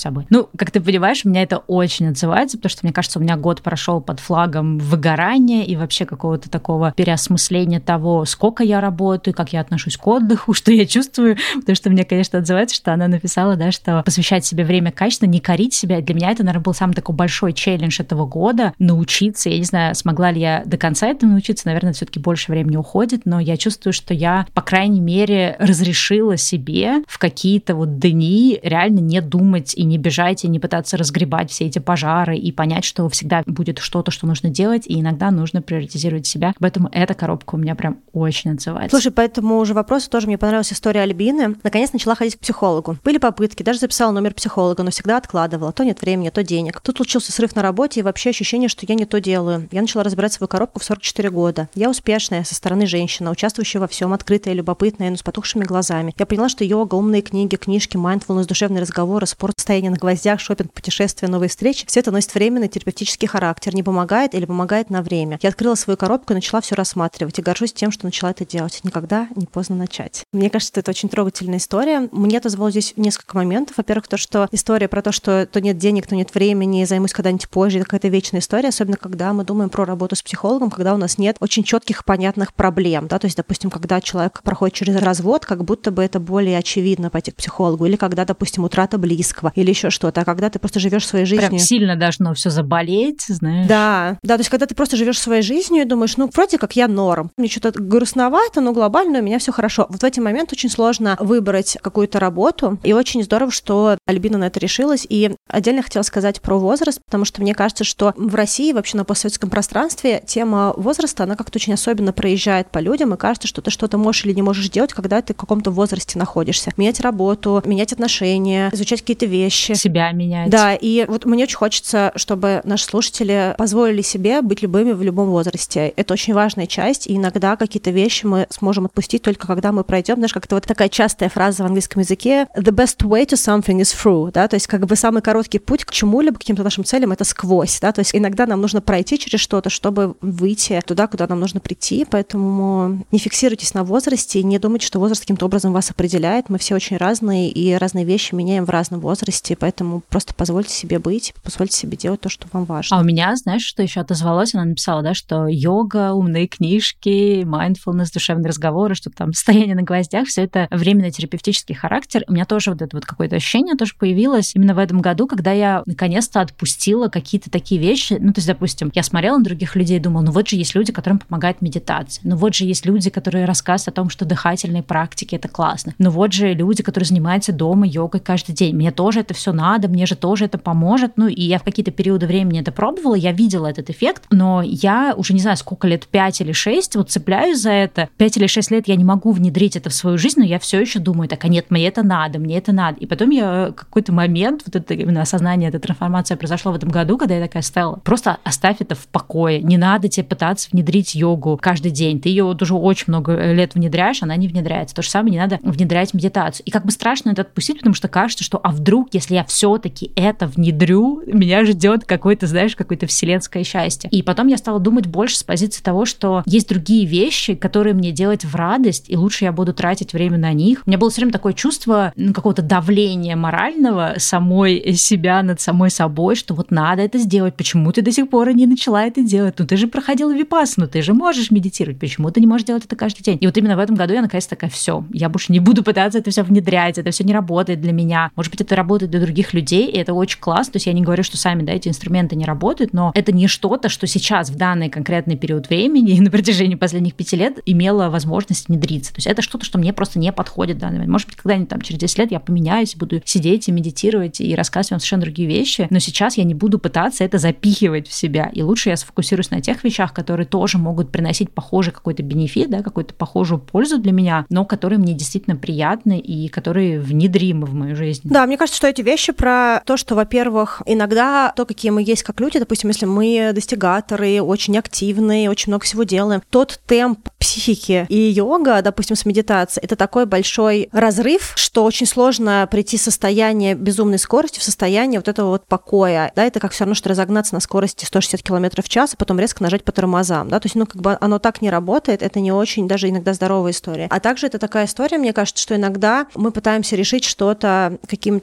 собой. Ну, как ты понимаешь, у меня это очень отзывается, потому что, мне кажется, у меня год прошел под флагом выгорания и вообще какого-то такого переосмысления того, сколько я работаю, как я отношусь к отдыху, что я чувствую, потому что мне, конечно, отзывается, что она написала, да, что посвящать себе время качественно, не корить себя. Для меня это, наверное, был самый такой большой челлендж этого года, научиться. Я не знаю, смогла ли я до конца этому научиться, наверное, все-таки больше времени уходит, но я чувствую, что я, по крайней мере, разрешила себе в какие-то вот дни реально не думать и не бежать, и не пытаться разгребать все эти пожары, и понять, что всегда будет что-то, что нужно делать, и иногда нужно приоритизировать себя. Поэтому эта коробка у меня прям очень отзывается. Слушай, по этому же вопросу тоже мне понравилась история Альбины. Наконец начала ходить к психологу. Были попытки, даже записала номер психолога, но всегда откладывала. То нет времени, то денег. Тут случился срыв на работе и вообще ощущение, что я не то делаю. Я начала разбирать свою коробку в сорок четыре года. Я успешная, со стороны женщина, участвующая во всем, открытая, любопытная, но с потухшими глазами. Я поняла, что йога, умные книги, книжки, майндфулнес, душевные разговоры, спорт, стояние на гвоздях, шопинг, путешествия, новые встречи — все это носит временный терапевтический характер, не помогает или помогает на время. Я открыла свою коробку и начала все рассматривать, и горжусь тем, что начала это делать. Никогда не поздно начать. Мне кажется, это очень трогательная история. Мне отозвалось здесь несколько моментов. Во-первых, то, что история про то, что то нет денег, то нет времени, займусь когда-нибудь позже, это какая-то вечная история, особенно когда мы думаем про работу с психологом, когда у нас нет очень четких, понятных проблем, да, то есть, допустим, когда человек проходит через развод, как будто бы это более очевидно пойти к психологу, или когда, допустим, утрата близкого, или еще что-то, а когда ты просто живешь своей жизнью. Прям сильно должно все заболеть, знаешь. Да, да, то есть, когда ты просто живешь своей жизнью и думаешь, ну, вроде как я норм, мне что-то грустновато, но глобально у меня все хорошо. Вот в эти моменты очень сложно выбрать какую-то работу, и очень здорово, что Альбина на это решилась. И отдельно хотела сказать про возраст, потому что мне кажется, что в России, вообще на постсоветском пространстве, тема возраста, она как-то очень особенно проезжает по людям, и кажется, что ты что-то можешь или не можешь делать, когда ты в каком-то возрасте находишься. Менять работу, менять отношения, изучать какие-то вещи. Себя менять. Да, и вот мне очень хочется, чтобы наши слушатели позволили себе быть любыми в любом возрасте. Это очень важная часть, и иногда какие-то вещи мы сможем отпустить только когда мы пройдем. Знаешь, как-то вот такая частая фраза в английском языке «the best way to something is through», да, то есть как бы самый короткий путь к чему-либо, к каким-то нашим целям — это сквозь, да, то есть иногда нам нужно пройти через что-то, чтобы выйти туда, куда нам нужно прийти, поэтому не фиксируйтесь на возрасте, не думайте, что возраст каким-то образом вас определяет, мы все очень разные, и разные вещи меняем в разном возрасте, поэтому просто позвольте себе быть, позвольте себе делать то, что вам важно. А у меня, знаешь, что еще отозвалось? Она написала, да, что йога, умные книжки, mindfulness, душевные разговоры, что там стояние на гвоздях, все это временный терапевтический характер. У меня тоже вот это вот какое-то ощущение тоже появилось именно в этом году, когда я наконец-то отпустила какие-то такие вещи. Ну, то есть, допустим, я смотрела на других людей и думала, ну вот же есть люди, которым помогает медитация. Ну вот же есть люди, которые рассказывают о том, что дыхательные практики — это классно. Ну вот же люди, которые занимаются дома йогой каждый день. Мне тоже это все надо, мне же тоже это поможет. Ну, и я в какие-то периоды времени это пробовала, я видела этот эффект, но я уже не знаю, сколько лет, пять или шесть, вот цепляюсь за это. Пять или шесть лет я не могу внедрить это в свою жизнь, но я все еще думаю, так, а нет, мне это надо, мне это надо. И потом я какой-то момент, вот это именно осознание, эта трансформация произошла в этом году, когда я такая стала, просто оставь это в покое, не надо тебе пытаться внедрить йогу каждый день, ты ее вот уже очень много лет внедряешь, она не внедряется. То же самое, не надо внедрять медитацию. И как бы страшно это отпустить, потому что кажется, что а вдруг, если я все-таки это внедрю, меня ждет какое-то, знаешь, какое-то вселенское счастье. И потом я стала думать больше с позиции того, что есть другие вещи, которые мне делать в радость, и лучше я буду тратить время на них. У меня было все время такое чувство ну, какого-то давления морального самой себя над самой собой, что вот надо это сделать, почему ты до сих пор не начала это делать? Ну ты же проходила випассану, ты же можешь медитировать, почему ты не можешь делать это каждый день? И вот именно в этом году я наконец такая, все, я больше не буду пытаться это все внедрять, это все не работает для меня. Может быть, это работает для других людей, и это очень классно. То есть я не говорю, что сами, да, эти инструменты не работают, но это не что-то, что сейчас в данный конкретный период времени и на протяжении последних пяти лет имело возможность внедриться. То есть это что-то, что мне просто не подходит в данный момент. Может быть, когда-нибудь там через десять лет я поменяюсь, буду сидеть и медитировать и рассказывать вам совершенно другие вещи, но сейчас я не буду пытаться это запихивать в себя. И лучше я сфокусируюсь на тех вещах, которые тоже могут приносить похожий какой-то бенефит, да, какую-то похожую пользу для меня, но которые мне действительно приятны и которые внедримы в мою жизнь. Да, мне кажется, что эти вещи про то, что, во-первых, иногда то, какие мы есть как люди, допустим, если мы достигаторы, очень активные, очень много всего делаем, тот темп психики и йога, допустим, с медитацией, это такой большой разрыв, что очень сложно прийти в состояние безумной скорости, в состояние вот этого вот покоя, да, это как все равно, что разогнаться на скорости сто шестьдесят километров в час, а потом резко нажать по тормозам, да, то есть, ну, как бы оно так не работает, это не очень даже иногда здоровая история. А также это такая история, мне кажется, что иногда мы пытаемся решить что-то какими-то вот этими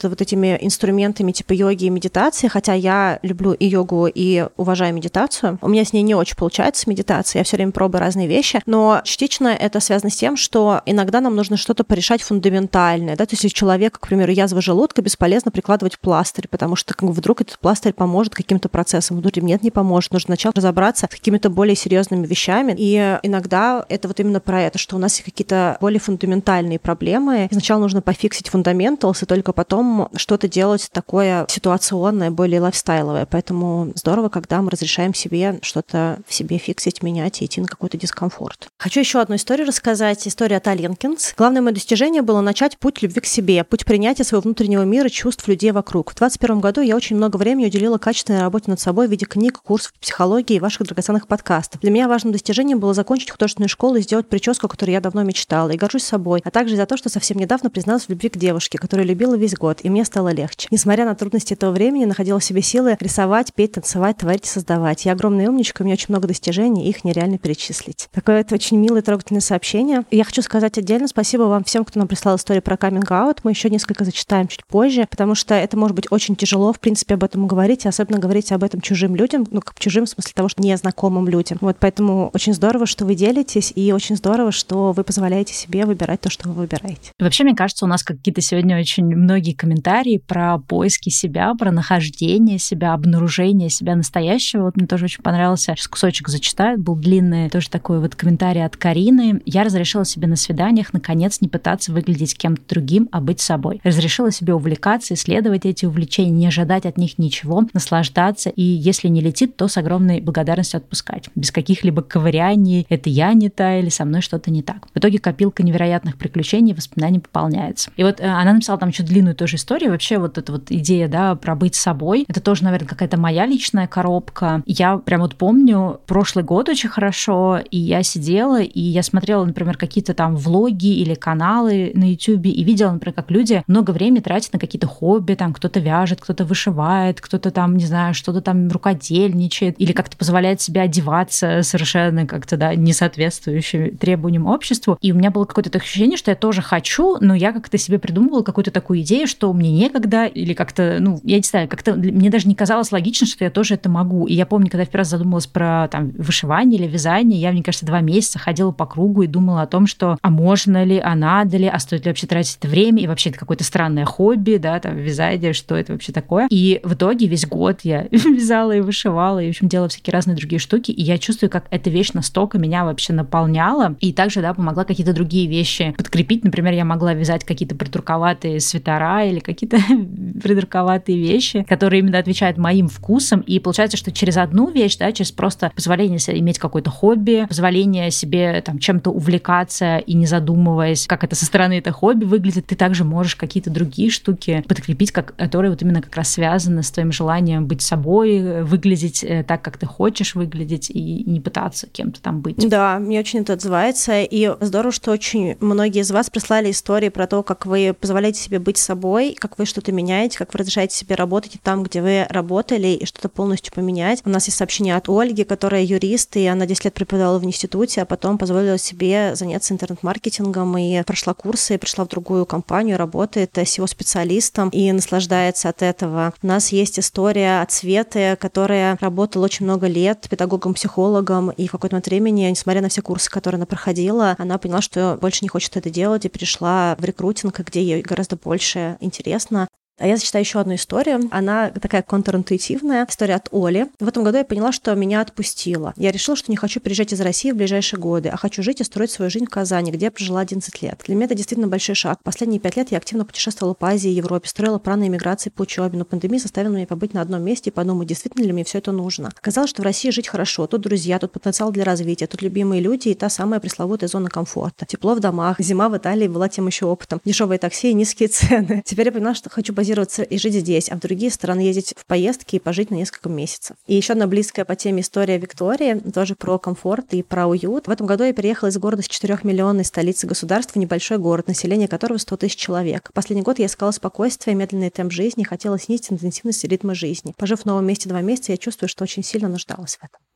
такими инструментами типа йоги и медитации, хотя я люблю и йогу, и уважаю медитацию. У меня с ней не очень получается медитация, я все время пробую разные вещи, но частично это связано с тем, что иногда нам нужно что-то порешать фундаментальное, да, то есть если у человека, к примеру, язва желудка, бесполезно прикладывать пластырь, потому что как бы, вдруг этот пластырь поможет каким-то процессам, внутри нет, не поможет, нужно сначала разобраться с какими-то более серьезными вещами, и иногда это вот именно про это, что у нас есть какие-то более фундаментальные проблемы, и сначала нужно пофиксить фундаменталс, и только потом что-то делать такое ситуационное, более лайфстайловое, поэтому здорово, когда мы разрешаем себе что-то в себе фиксить, менять и идти на какой-то дискомфорт. Хочу еще одну историю рассказать, история от Аленкинс. Главное мое достижение было начать путь любви к себе, путь принятия своего внутреннего мира, чувств людей вокруг. В двадцать первом году я очень много времени уделила качественной работе над собой в виде книг, курсов по психологии и ваших драгоценных подкастов. Для меня важным достижением было закончить художественную школу и сделать прическу, о которой я давно мечтала, и горжусь собой, а также за то, что совсем недавно призналась в любви к девушке, которую любила весь год, и мне стало легче. Несмотря на трудности этого времени, находила в себе силы рисовать, петь, танцевать, творить и создавать. Я огромная умничка, у меня очень много достижений, и их нереально перечислить. Такое это очень милое, трогательное сообщение. И я хочу сказать отдельно спасибо вам всем, кто нам прислал историю про каминг-аут. Мы еще несколько зачитаем чуть позже, потому что это может быть очень тяжело, в принципе, об этом говорить, и особенно говорить об этом чужим людям, ну, как чужим в смысле того, что незнакомым людям. Вот поэтому очень здорово, что вы делитесь, и очень здорово, что вы позволяете себе выбирать то, что вы выбираете. Вообще, мне кажется, у нас какие-то сегодня очень многие комментарии про поиски себя, про нахождение себя, обнаружение себя настоящего. Вот мне тоже очень понравился. Сейчас кусочек зачитаю. Был длинный тоже такой вот комментарий от Карины. Я разрешила себе на свиданиях наконец не пытаться выглядеть кем-то другим, а быть собой. Разрешила себе увлекаться, исследовать эти увлечения, не ожидать от них ничего, наслаждаться, и если не летит, то с огромной благодарностью отпускать. Без каких-либо ковыряний, это я не та или со мной что-то не так. В итоге копилка невероятных приключений и воспоминаний пополняется. И вот э, она написала там еще длинную тоже историю. Вообще вот эта вот идея, да, про быть собой, это тоже, наверное, какая-то моя личная коробка. Я прям вот помню прошлый год очень хорошо, и я сидела, и я смотрела, например, какие-то там влоги или каналы на YouTube, и видела, например, как люди много времени тратят на какие-то хобби, там кто-то вяжет, кто-то вышивает, кто-то там, не знаю, что-то там рукодельничает, или как-то позволяет себе одеваться совершенно как-то, да, не соответствующим требованиям обществу. И у меня было какое-то ощущение, что я тоже хочу, но я как-то себе придумывала какую-то такую идею, что мне некогда, или как-то, ну, я не знаю, как-то мне даже не казалось логично, что я тоже это могу. И я помню, когда я в первый раз задумалась про там вышивание или вязание, я, мне кажется, два месяца ходила по кругу и думала о том, что а можно ли, а надо ли, а стоит ли вообще тратить это время, и вообще это какое-то странное хобби, да, там, вязание, что это вообще такое. И в итоге весь год я вязала и вышивала, и, в общем, делала всякие разные другие штуки, и я чувствую, как эта вещь настолько меня вообще наполняла, и также, да, помогла какие-то другие вещи подкрепить. Например, я могла вязать какие-то придурковатые свитера или какие-то придурковатые вещи, которые именно отвечают моим вкусам, и получается, что через одну вещь, да, через просто позволение себе иметь какое-то хобби, позволение себе там чем-то увлекаться и не задумываясь, как это со стороны это хобби выглядит, ты также можешь какие-то другие штуки подкрепить, как, которые вот именно как раз связаны с твоим желанием быть собой, выглядеть так, как ты хочешь выглядеть, и не пытаться кем-то там быть. Да, мне очень это отзывается, и здорово, что очень многие из вас прислали истории про то, как вы позволяете себе быть собой, как вы что-то меняете, как вы разрешаете себе работать и там, где вы работали, и что-то полностью поменять. У нас есть сообщение от Ольги, которая юрист, и она десять лет преподавала в институте, а потом позволила себе заняться интернет-маркетингом и прошла курсы, и пришла в другую компанию, работает сео-специалистом и наслаждается от этого. У нас есть история от Светы, которая работала очень много лет педагогом-психологом, и в какой-то момент времени, несмотря на все курсы, которые она проходила, она поняла, что больше не хочет это делать, и перешла в рекрутинг, где ей гораздо больше интересно. А я зачитаю еще одну историю. Она такая контринтуитивная. История от Оли. В этом году я поняла, что меня отпустило. Я решила, что не хочу переезжать из России в ближайшие годы, а хочу жить и строить свою жизнь в Казани, где я прожила одиннадцать лет. Для меня это действительно большой шаг. Последние пять лет я активно путешествовала по Азии и Европе, строила планы иммиграции по учебе, но пандемия заставила меня побыть на одном месте и подумать, действительно ли мне все это нужно. Оказалось, что в России жить хорошо. Тут друзья, тут потенциал для развития, тут любимые люди и та самая пресловутая зона комфорта. Тепло в домах, зима в Италии была тем еще опытом. Дешевые такси и низкие цены. Теперь я поняла, что хочу базироваться и жить здесь, а в другие страны ездить в поездки и пожить на несколько месяцев. И еще одна близкая по теме история Виктории, тоже про комфорт и про уют. В этом году я переехала из города с четырехмиллионной столицы государства в небольшой город, население которого сто тысяч человек. Последний год я искала спокойствие, медленный темп жизни, хотела снизить интенсивность ритма жизни. Пожив в новом месте два месяца, я чувствую, что очень сильно нуждалась в этом.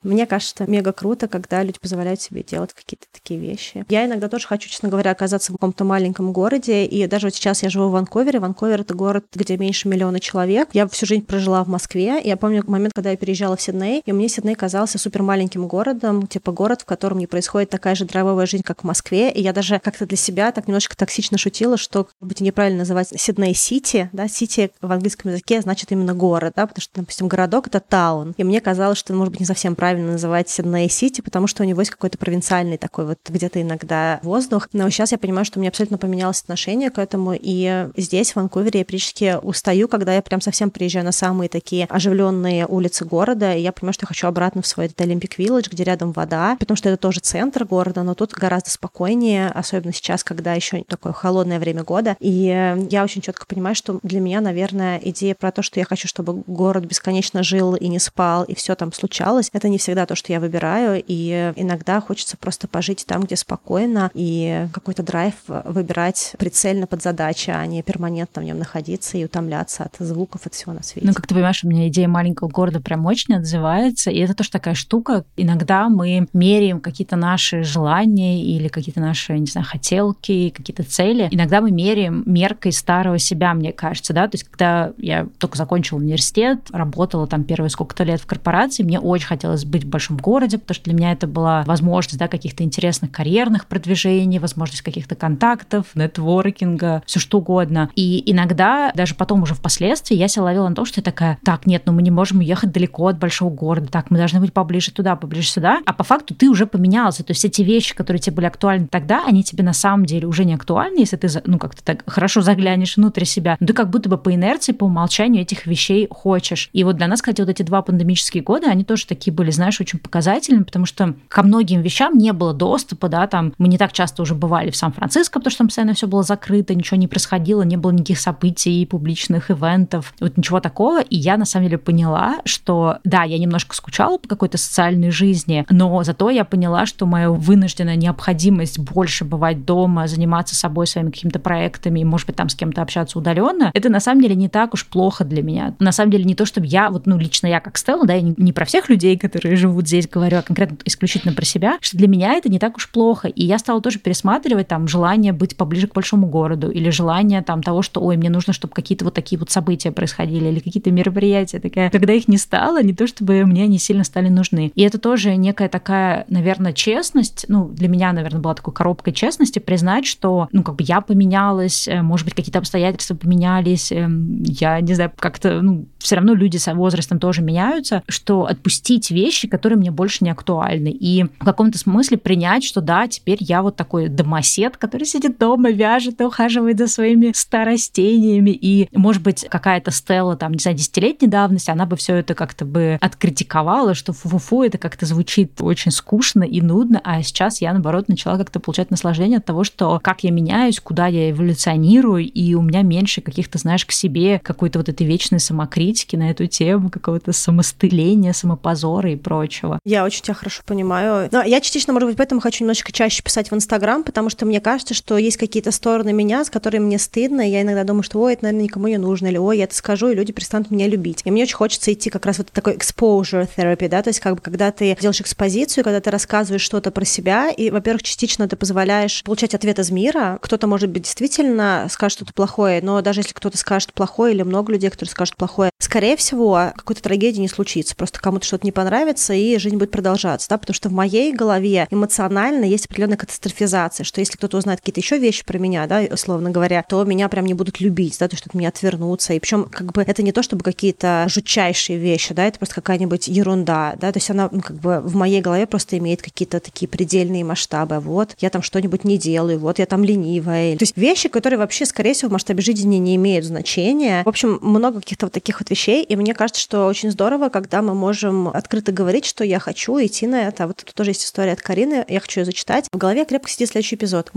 Мне кажется, мега круто, когда люди позволяют себе делать какие-то такие вещи. Я иногда тоже хочу, честно говоря, оказаться в каком-то маленьком городе, и даже вот сейчас я живу в Ванкувере. Ванкувер — это город, где меньше миллиона человек. Я всю жизнь прожила в Москве, и я помню момент, когда я переезжала в Сидней, и мне Сидней казался супер маленьким городом, типа город, в котором не происходит такая же драйвовая жизнь, как в Москве, и я даже как-то для себя так немножко токсично шутила, что, как бы неправильно называть Сидней-Сити, да, Сити в английском языке значит именно город, да, потому что, допустим, городок — это таун, и мне казалось, что, может быть, не совсем правильно называть Сидней-Сити, потому что у него есть какой-то провинциальный такой вот где-то иногда воздух, но сейчас я понимаю, что у меня абсолютно поменялось отношение к этому, и здесь, в Ванкувере, я периодически устаю, когда я прям совсем приезжаю на самые такие оживленные улицы города, и я понимаю, что я хочу обратно в свой этот Olympic Village, где рядом вода, потому что это тоже центр города, но тут гораздо спокойнее, особенно сейчас, когда еще такое холодное время года, и я очень четко понимаю, что для меня, наверное, идея про то, что я хочу, чтобы город бесконечно жил и не спал, и все там случалось, это не всегда то, что я выбираю, и иногда хочется просто пожить там, где спокойно, и какой-то драйв выбирать прицельно под задачи, а не перманентно в нем находиться и утомляться от звуков, от всего на свете. Ну, как ты понимаешь, у меня идея маленького города прям очень отзывается, и это тоже такая штука. Иногда мы меряем какие-то наши желания или какие-то наши, не знаю, хотелки, какие-то цели. Иногда мы меряем меркой старого себя, мне кажется, да, то есть когда я только закончила университет, работала там первые сколько-то лет в корпорации, мне очень хотелось быть в большом городе, потому что для меня это была возможность, да, каких-то интересных карьерных продвижений, возможность каких-то контактов, нетворкинга, все что угодно. И иногда, даже потом уже впоследствии, я себя ловила на том, что я такая, так, нет, ну мы не можем уехать далеко от большого города, так, мы должны быть поближе туда, поближе сюда, а по факту ты уже поменялся, то есть эти вещи, которые тебе были актуальны тогда, они тебе на самом деле уже не актуальны, если ты, ну, как-то так хорошо заглянешь внутрь себя, но ты как будто бы по инерции, по умолчанию этих вещей хочешь. И вот для нас, кстати, вот эти два пандемические года, они тоже такие были, знаешь, очень показательными, потому что ко многим вещам не было доступа, да, там, мы не так часто уже бывали в Сан-Франциско, потому что там постоянно все было закрыто, ничего не происходило, не было никаких событий, публичных ивентов, вот ничего такого, и я, на самом деле, поняла, что, да, я немножко скучала по какой-то социальной жизни, но зато я поняла, что моя вынужденная необходимость больше бывать дома, заниматься собой, своими какими-то проектами, и, может быть, там с кем-то общаться удаленно, это, на самом деле, не так уж плохо для меня. На самом деле, не то, чтобы я, вот, ну, лично я как Стелла, да, я не, не про всех людей, которые живут здесь, говорю, а конкретно исключительно про себя, что для меня это не так уж плохо. И я стала тоже пересматривать там желание быть поближе к большому городу или желание там того, что, ой, мне нужно, чтобы какие-то вот такие вот события происходили или какие-то мероприятия. Такая, когда их не стало, не то чтобы мне они сильно стали нужны. И это тоже некая такая, наверное, честность, ну, для меня, наверное, была такой коробкой честности, признать, что, ну, как бы я поменялась, может быть, какие-то обстоятельства поменялись, я, не знаю, как-то, ну, все равно люди с возрастом тоже меняются, что отпустить вещи, которые мне больше не актуальны. И в каком-то смысле принять, что да, теперь я вот такой домосед, который сидит дома, вяжет и ухаживает за своими старостениями. И, может быть, какая-то Стелла, там, не знаю, десятилетней давности, она бы все это как-то бы откритиковала, что фу-фу-фу, это как-то звучит очень скучно и нудно, а сейчас я, наоборот, начала как-то получать наслаждение от того, что как я меняюсь, куда я эволюционирую, и у меня меньше каких-то, знаешь, к себе какой-то вот этой вечной самокритики на эту тему, какого-то самостыления, самопозора и прочего. Я очень тебя хорошо понимаю. Но я частично, может быть, поэтому хочу немножечко чаще писать в Инстаграм, потому что мне кажется, что есть какие-то стороны меня, с которыми мне стыдно, и я иногда думаю, что ой, это, наверное, никому не нужно, или ой, я это скажу, и люди перестанут меня любить. И мне очень хочется идти как раз вот такой exposure therapy, да, то есть как бы когда ты делаешь экспозицию, когда ты рассказываешь что-то про себя, и, во-первых, частично ты позволяешь получать ответ из мира. Кто-то, может быть, действительно скажет что-то плохое, но даже если кто-то скажет плохое, или много людей, которые скажут плохое, скорее всего, какой-то трагедии не случится, просто кому-то что-то не понравится, и жизнь будет продолжаться, да, потому что в моей голове эмоционально есть определенная катастрофизация, что если кто-то узнает какие-то еще вещи про меня, да, условно говоря, то меня прям не будут любить, да, то есть от меня отвернутся, и причем как бы это не то, чтобы какие-то жутчайшие вещи, да, это просто какая-нибудь ерунда, да, то есть она, ну, как бы в моей голове просто имеет какие-то такие предельные масштабы, вот, я там что-нибудь не делаю, вот, я там ленивая, то есть вещи, которые вообще, скорее всего, в масштабе жизни не имеют значения, в общем, много каких-то вот таких вот вещей, и мне кажется, что очень здорово, когда мы можем открыто говорить, что я хочу идти на это. Вот тут тоже есть история от Карины, я хочу ее зачитать. В голове крепко сидит следующий эпизод. Мам,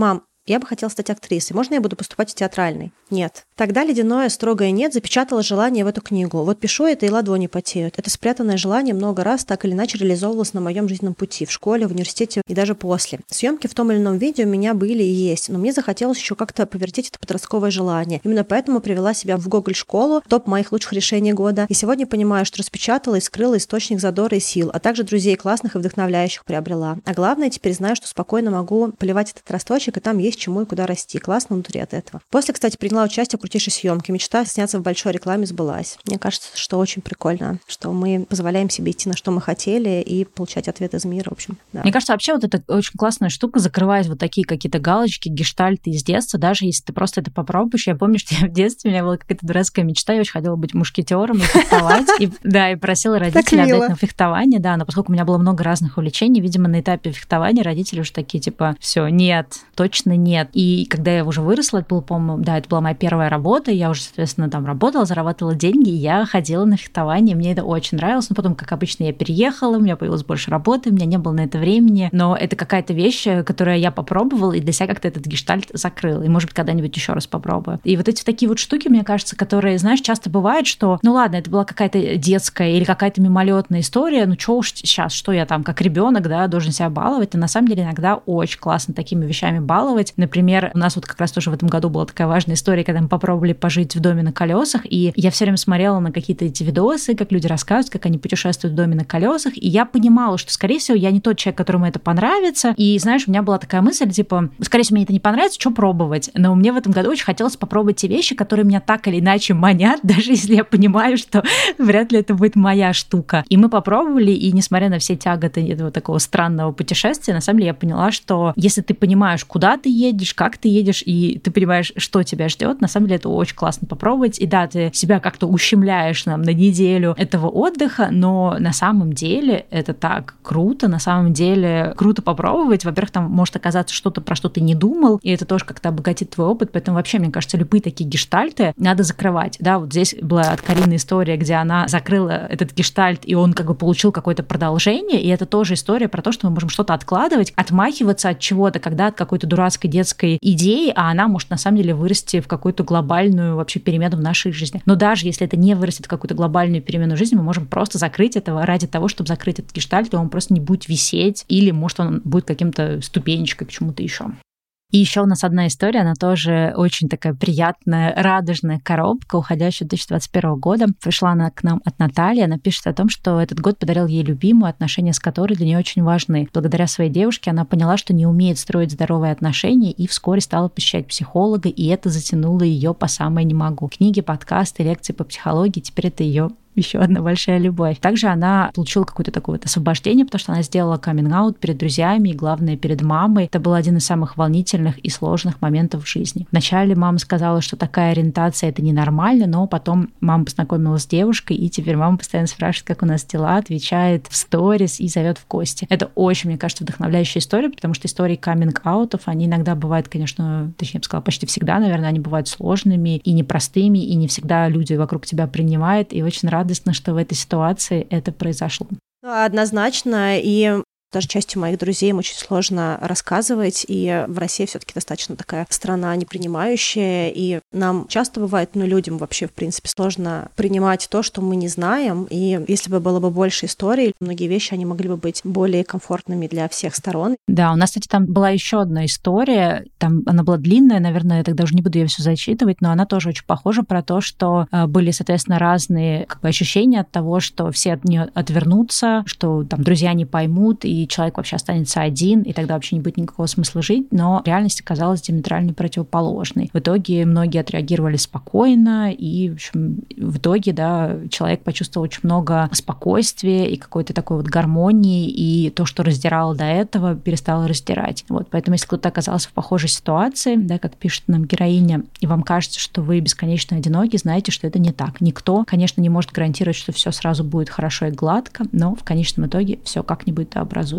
Я бы хотела стать актрисой. Можно я буду поступать в театральный? Нет. Тогда ледяное строгое «нет» запечатало желание в эту книгу. Вот пишу это, и ладони потеют. Это спрятанное желание много раз так или иначе реализовывалось на моем жизненном пути, в школе, в университете и даже после. Съемки в том или ином виде у меня были и есть, но мне захотелось еще как-то повертеть это подростковое желание. Именно поэтому привела себя в Гоголь-школу, топ моих лучших решений года. И сегодня понимаю, что распечатала и скрыла источник задора и сил, а также друзей классных и вдохновляющих приобрела. А главное, теперь знаю, что спокойно могу поливать этот росточек, и там есть чему и куда расти. Классно внутри от этого. После, кстати, приняла участие в крутейшей съемке. Мечта сняться в большой рекламе сбылась. Мне кажется, что очень прикольно, что мы позволяем себе идти на что мы хотели и получать ответ из мира, в общем. Да. Мне кажется, вообще вот это очень классная штука, закрывать вот такие какие-то галочки, гештальты из детства, даже если ты просто это попробуешь. Я помню, что я в детстве, у меня была какая-то дурацкая мечта, я очень хотела быть мушкетером и фехтовать. И, да, и просила родителей отдать на фехтование, да, но поскольку у меня было много разных увлечений, видимо, на этапе фехтования родители уже такие, типа, все, нет, точно нет. И когда я уже выросла, это было, по-моему, да, это была моя первая работа, я уже, соответственно, там работала, зарабатывала деньги, и я ходила на фехтование, мне это очень нравилось, но потом, как обычно, я переехала, у меня появилось больше работы, у меня не было на это времени, но это какая-то вещь, которую я попробовала, и для себя как-то этот гештальт закрыла, и, может быть, когда-нибудь еще раз попробую. И вот эти такие вот штуки, мне кажется, которые, знаешь, часто бывает, что, ну ладно, это была какая-то детская или какая-то мимолетная история, ну что уж сейчас, что я там, как ребенок, да, должен себя баловать, и на самом деле иногда очень классно такими вещами баловать. Например, у нас вот как раз тоже в этом году была такая важная история, когда мы попробовали пожить в доме на колесах, и я все время смотрела на какие-то эти видосы, как люди рассказывают, как они путешествуют в доме на колесах, и я понимала, что, скорее всего, я не тот человек, которому это понравится, и, знаешь, у меня была такая мысль, типа, скорее всего, мне это не понравится, что пробовать, но мне в этом году очень хотелось попробовать те вещи, которые меня так или иначе манят, даже если я понимаю, что вряд ли это будет моя штука. И мы попробовали, и несмотря на все тяготы этого такого странного путешествия, на самом деле я поняла, что если ты понимаешь, куда ты едешь, как ты едешь, и ты понимаешь, что тебя ждет, на самом деле это очень классно попробовать. И да, ты себя как-то ущемляешь нам на неделю этого отдыха, но на самом деле это так круто, на самом деле круто попробовать. Во-первых, там может оказаться что-то, про что ты не думал, и это тоже как-то обогатит твой опыт, поэтому вообще, мне кажется, любые такие гештальты надо закрывать. Да, вот здесь была от Карины история, где она закрыла этот гештальт, и он как бы получил какое-то продолжение, и это тоже история про то, что мы можем что-то откладывать, отмахиваться от чего-то, когда от какой-то дурацкой детской идеи, а она может на самом деле вырасти в какую-то глобальную вообще перемену в нашей жизни. Но даже если это не вырастет в какую-то глобальную перемену в жизни, мы можем просто закрыть этого ради того, чтобы закрыть этот гештальт, и он просто не будет висеть, или может он будет каким-то ступенечкой к чему-то еще. И еще у нас одна история, она тоже очень такая приятная, радужная коробка, уходящая в две тысячи двадцать первого года. Пришла она к нам от Натальи, она пишет о том, что этот год подарил ей любимую, отношения с которой для нее очень важны. Благодаря своей девушке она поняла, что не умеет строить здоровые отношения, и вскоре стала посещать психолога, и это затянуло ее по самое не могу. Книги, подкасты, лекции по психологии, теперь это ее еще одна большая любовь. Также она получила какое-то такое вот освобождение, потому что она сделала каминг-аут перед друзьями и, главное, перед мамой. Это был один из самых волнительных и сложных моментов в жизни. Вначале мама сказала, что такая ориентация — это ненормально, но потом мама познакомилась с девушкой, и теперь мама постоянно спрашивает, как у нас дела, отвечает в сторис и зовет в гости. Это очень, мне кажется, вдохновляющая история, потому что истории каминг-аутов, они иногда бывают, конечно, точнее, я бы сказала, почти всегда, наверное, они бывают сложными и непростыми, и не всегда люди вокруг тебя принимают, и очень рада, радостно, что в этой ситуации это произошло. Однозначно, и даже частью моих друзей им очень сложно рассказывать, и в России все-таки достаточно такая страна непринимающая, и нам часто бывает, ну, людям вообще, в принципе, сложно принимать то, что мы не знаем, и если бы было бы больше историй, многие вещи, они могли бы быть более комфортными для всех сторон. Да, у нас, кстати, там была еще одна история, там она была длинная, наверное, я тогда уже не буду ее все зачитывать, но она тоже очень похожа про то, что были, соответственно, разные как бы ощущения от того, что все от нее отвернутся, что там друзья не поймут, и человек вообще останется один, и тогда вообще не будет никакого смысла жить, но реальность оказалась диаметрально противоположной. В итоге многие отреагировали спокойно, и, в общем, в итоге, да, человек почувствовал очень много спокойствия и какой-то такой вот гармонии, и то, что раздирало до этого, перестало раздирать. Вот, поэтому если кто-то оказался в похожей ситуации, да, как пишет нам героиня, и вам кажется, что вы бесконечно одиноки, знаете, что это не так. Никто, конечно, не может гарантировать, что все сразу будет хорошо и гладко, но в конечном итоге все как-нибудь образуется.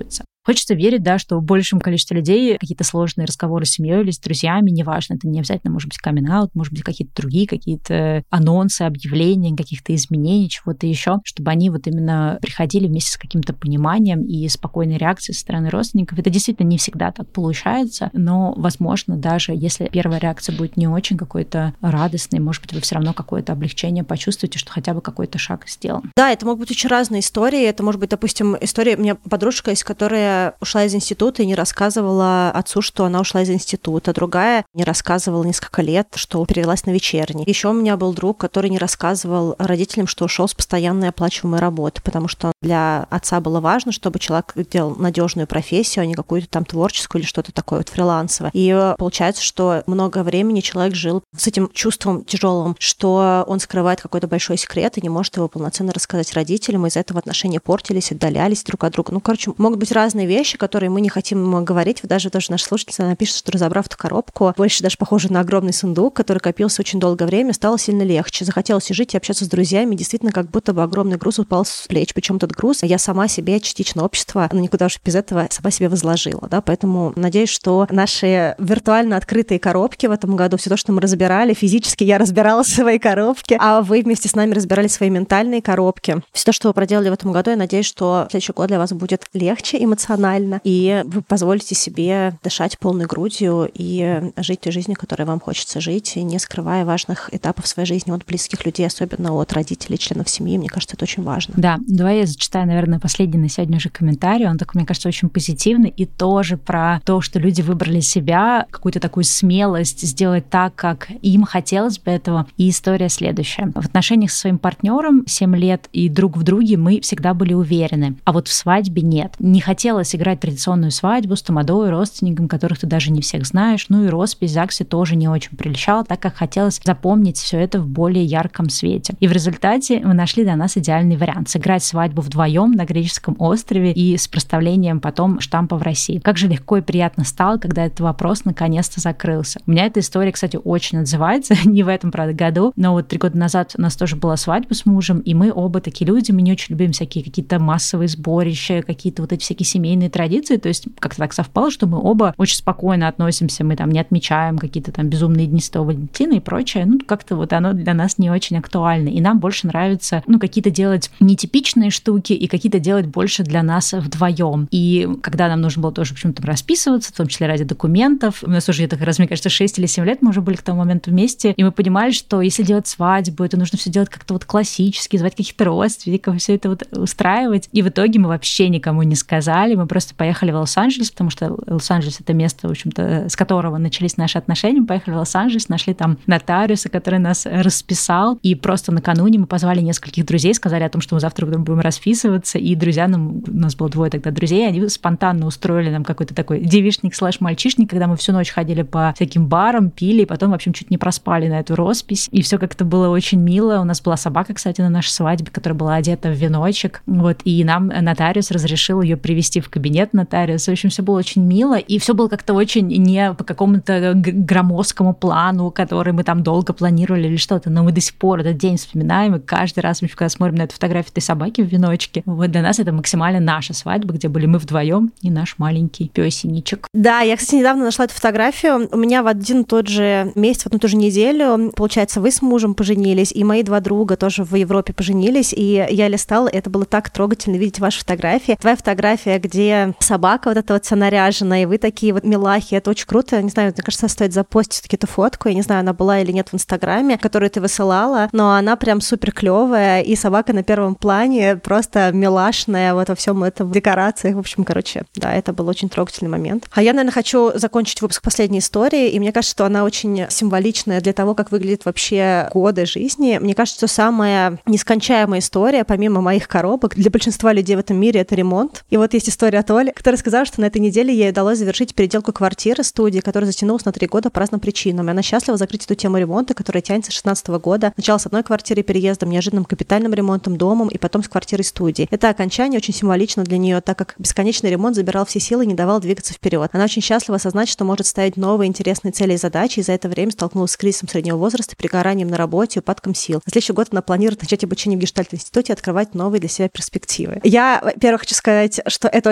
Хочется верить, да, что большему количеству людей какие-то сложные разговоры с семьей или с друзьями, неважно, это не обязательно может быть камин-аут, может быть какие-то другие, какие-то анонсы, объявления, каких-то изменений, чего-то еще, чтобы они вот именно приходили вместе с каким-то пониманием и спокойной реакцией со стороны родственников. Это действительно не всегда так получается, но, возможно, даже если первая реакция будет не очень какой-то радостной, может быть, вы все равно какое-то облегчение почувствуете, что хотя бы какой-то шаг сделан. Да, это могут быть очень разные истории. Это может быть, допустим, история... У меня подружка есть, которая ушла из института и не рассказывала отцу, что она ушла из института. Другая не рассказывала несколько лет, что перевелась на вечерний. Еще у меня был друг, который не рассказывал родителям, что ушел с постоянной оплачиваемой работы, потому что для отца было важно, чтобы человек делал надежную профессию, а не какую-то там творческую или что-то такое вот фрилансовое. И получается, что много времени человек жил с этим чувством тяжелым, что он скрывает какой-то большой секрет и не может его полноценно рассказать родителям, и из-за этого отношения портились, отдалялись друг от друга. Ну, короче, могут быть разные вещи, которые мы не хотим говорить. Даже даже наша слушательница напишет, что, разобрав эту коробку, больше даже похоже на огромный сундук, который копился очень долгое время, стало сильно легче. Захотелось и жить, и общаться с друзьями. Действительно, как будто бы огромный груз упал с плеч. Причем этот груз я сама себе, частично общества, но никуда уж без этого сама себе возложила. Да? Поэтому надеюсь, что наши виртуально открытые коробки в этом году, все то, что мы разбирали, физически я разбирала свои коробки, а вы вместе с нами разбирали свои ментальные коробки. Все то, что вы проделали в этом году, я надеюсь, что следующий год для вас будет легче эмоционально, и вы позволите себе дышать полной грудью и жить той жизнью, которой вам хочется жить, не скрывая важных этапов своей жизни от близких людей, особенно от родителей, членов семьи. Мне кажется, это очень важно. Да, давай я зачитаю, наверное, последний на сегодня уже комментарий. Он такой, мне кажется, очень позитивный и тоже про то, что люди выбрали себя, какую-то такую смелость сделать так, как им хотелось бы этого. И история следующая. В отношениях со своим партнером семь лет и друг в друге мы всегда были уверены, а вот в свадьбе нет. Не хотелось играть традиционную свадьбу с тамадой, родственникам, которых ты даже не всех знаешь, ну и роспись в ЗАГСе тоже не очень прельщала, так как хотелось запомнить все это в более ярком свете. И в результате мы нашли для нас идеальный вариант — сыграть свадьбу вдвоем на греческом острове и с проставлением потом штампа в России. Как же легко и приятно стало, когда этот вопрос наконец-то закрылся. У меня эта история, кстати, очень отзывается, не в этом, правда, году, но вот три года назад у нас тоже была свадьба с мужем, и мы оба такие люди, мы не очень любим всякие какие-то массовые сборища, какие-то вот эти всякие семейные традиции, то есть как-то так совпало, что мы оба очень спокойно относимся, мы там не отмечаем какие-то там безумные дни Святого Валентина и прочее, ну как-то вот оно для нас не очень актуально, и нам больше нравится, ну, какие-то делать нетипичные штуки и какие-то делать больше для нас вдвоем. И когда нам нужно было тоже почему-то расписываться, в том числе ради документов, у нас уже где-то, раз, мне кажется, шесть или семь лет мы уже были к тому моменту вместе, и мы понимали, что если делать свадьбу, это нужно все делать как-то вот классически, звать каких-то родственников, все это вот устраивать. И в итоге мы вообще никому не сказали, мы просто поехали в Лос-Анджелес, потому что Лос-Анджелес — это место, в общем-то, с которого начались наши отношения. Мы поехали в Лос-Анджелес, нашли там нотариуса, который нас расписал, и просто накануне мы позвали нескольких друзей, сказали о том, что мы завтра будем расписываться, и друзья нам, у нас было двое тогда друзей, они спонтанно устроили нам какой-то такой девичник слэш мальчишник, когда мы всю ночь ходили по всяким барам, пили, и потом, в общем, чуть не проспали на эту роспись, и все как-то было очень мило. У нас была собака, кстати, на нашей свадьбе, которая была одета в веночек, вот, и нам нотариус разрешил ее привести в кабинет нотариуса. В общем, все было очень мило, и все было как-то очень не по какому-то громоздкому плану, который мы там долго планировали или что-то, но мы до сих пор этот день вспоминаем, и каждый раз, мы, когда смотрим на эту фотографию этой собаки в веночке, вот для нас это максимально наша свадьба, где были мы вдвоем и наш маленький пёсеничек. Да, я, кстати, недавно нашла эту фотографию. У меня в один и тот же месяц, в одну и ту же неделю, получается, вы с мужем поженились, и мои два друга тоже в Европе поженились, и я листала, и это было так трогательно видеть ваши фотографии. Твоя фотография, где собака вот эта вот вся наряженная, и вы такие вот милахи, это очень круто. Не знаю, мне кажется, стоит запостить все-таки эту фотку, я не знаю, она была или нет в Инстаграме, которую ты высылала, но она прям супер клевая, и собака на первом плане просто милашная вот во всем этом декорациях. В общем, короче, да, это был очень трогательный момент. А я, наверное, хочу закончить выпуск последней истории, и мне кажется, что она очень символичная для того, как выглядят вообще годы жизни. Мне кажется, что самая нескончаемая история, помимо моих коробок, для большинства людей в этом мире — это ремонт. И вот есть история от Оли, которая сказала, что на этой неделе ей удалось завершить переделку квартиры, студии, которая затянулась на три года по разным причинам. И она счастлива закрыть эту тему ремонта, которая тянется с шестнадцатого года. Сначала с одной квартирой, переездом, неожиданным капитальным ремонтом, домом, и потом с квартирой студии. Это окончание очень символично для нее, так как бесконечный ремонт забирал все силы и не давал двигаться вперед. Она очень счастлива осознать, что может ставить новые интересные цели и задачи, и за это время столкнулась с кризисом среднего возраста, пригоранием на работе, упадком сил. На следующий год она планирует начать обучение в Гештальт-институте и открывать новые для себя перспективы. Я, во-первых, хочу сказать, что это очень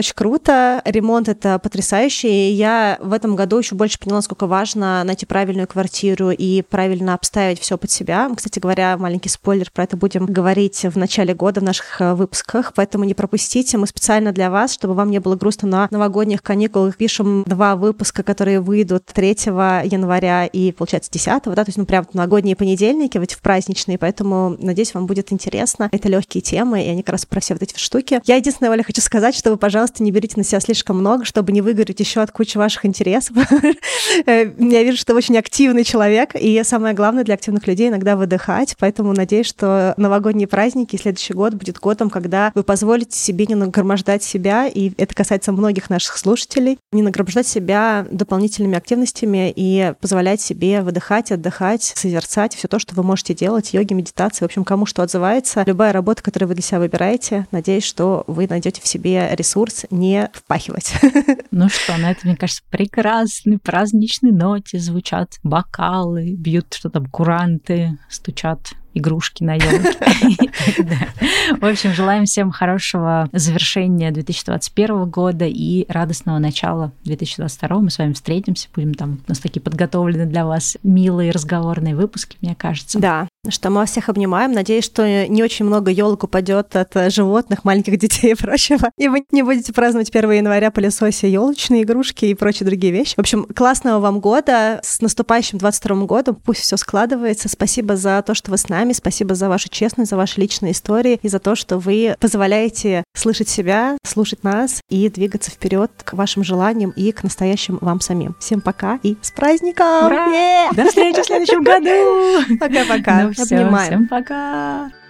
очень круто. Ремонт — это потрясающе. И я в этом году еще больше поняла, насколько важно найти правильную квартиру и правильно обставить все под себя. Мы, кстати говоря, маленький спойлер, про это будем говорить в начале года в наших выпусках, поэтому не пропустите. Мы специально для вас, чтобы вам не было грустно на новогодних каникулах, пишем два выпуска, которые выйдут третьего января и, получается, десятого, да, то есть, ну, прям новогодние понедельники, ведь в праздничные, поэтому, надеюсь, вам будет интересно. Это легкие темы, и они как раз про все вот эти штуки. Я единственное, Оля, хочу сказать, что вы, пожалуйста, не берите на себя слишком много, чтобы не выгореть еще от кучи ваших интересов. Я вижу, что вы очень активный человек, и самое главное для активных людей иногда выдыхать, поэтому надеюсь, что новогодние праздники и следующий год будет годом, когда вы позволите себе не нагромождать себя, и это касается многих наших слушателей, не нагромождать себя дополнительными активностями и позволять себе выдыхать, отдыхать, созерцать все то, что вы можете делать, йоги, медитации, в общем, кому что отзывается. Любая работа, которую вы для себя выбираете, надеюсь, что вы найдете в себе ресурс не впахивать. Ну что, на это, мне кажется, прекрасной праздничной ноте звучат бокалы, бьют что там, куранты, стучат игрушки на елке. В общем, желаем всем хорошего завершения две тысячи двадцать первого года и радостного начала две тысячи двадцать второго. Мы с вами встретимся, будем там, у нас такие подготовлены для вас милые разговорные выпуски, мне кажется. Да, что мы вас всех обнимаем. Надеюсь, что не очень много елок упадет от животных, маленьких детей и прочего. И вы не будете праздновать первого января пылесося елочные игрушки и прочие другие вещи. В общем, классного вам года. С наступающим двадцать вторым годом. Пусть все складывается. Спасибо за то, что вы с нами. Спасибо за вашу честность, за ваши личные истории и за то, что вы позволяете слышать себя, слушать нас и двигаться вперед к вашим желаниям и к настоящим вам самим. Всем пока и с праздником! Ура! До встречи в следующем году! Пока-пока! Ну все, Обнимаем! Всем пока!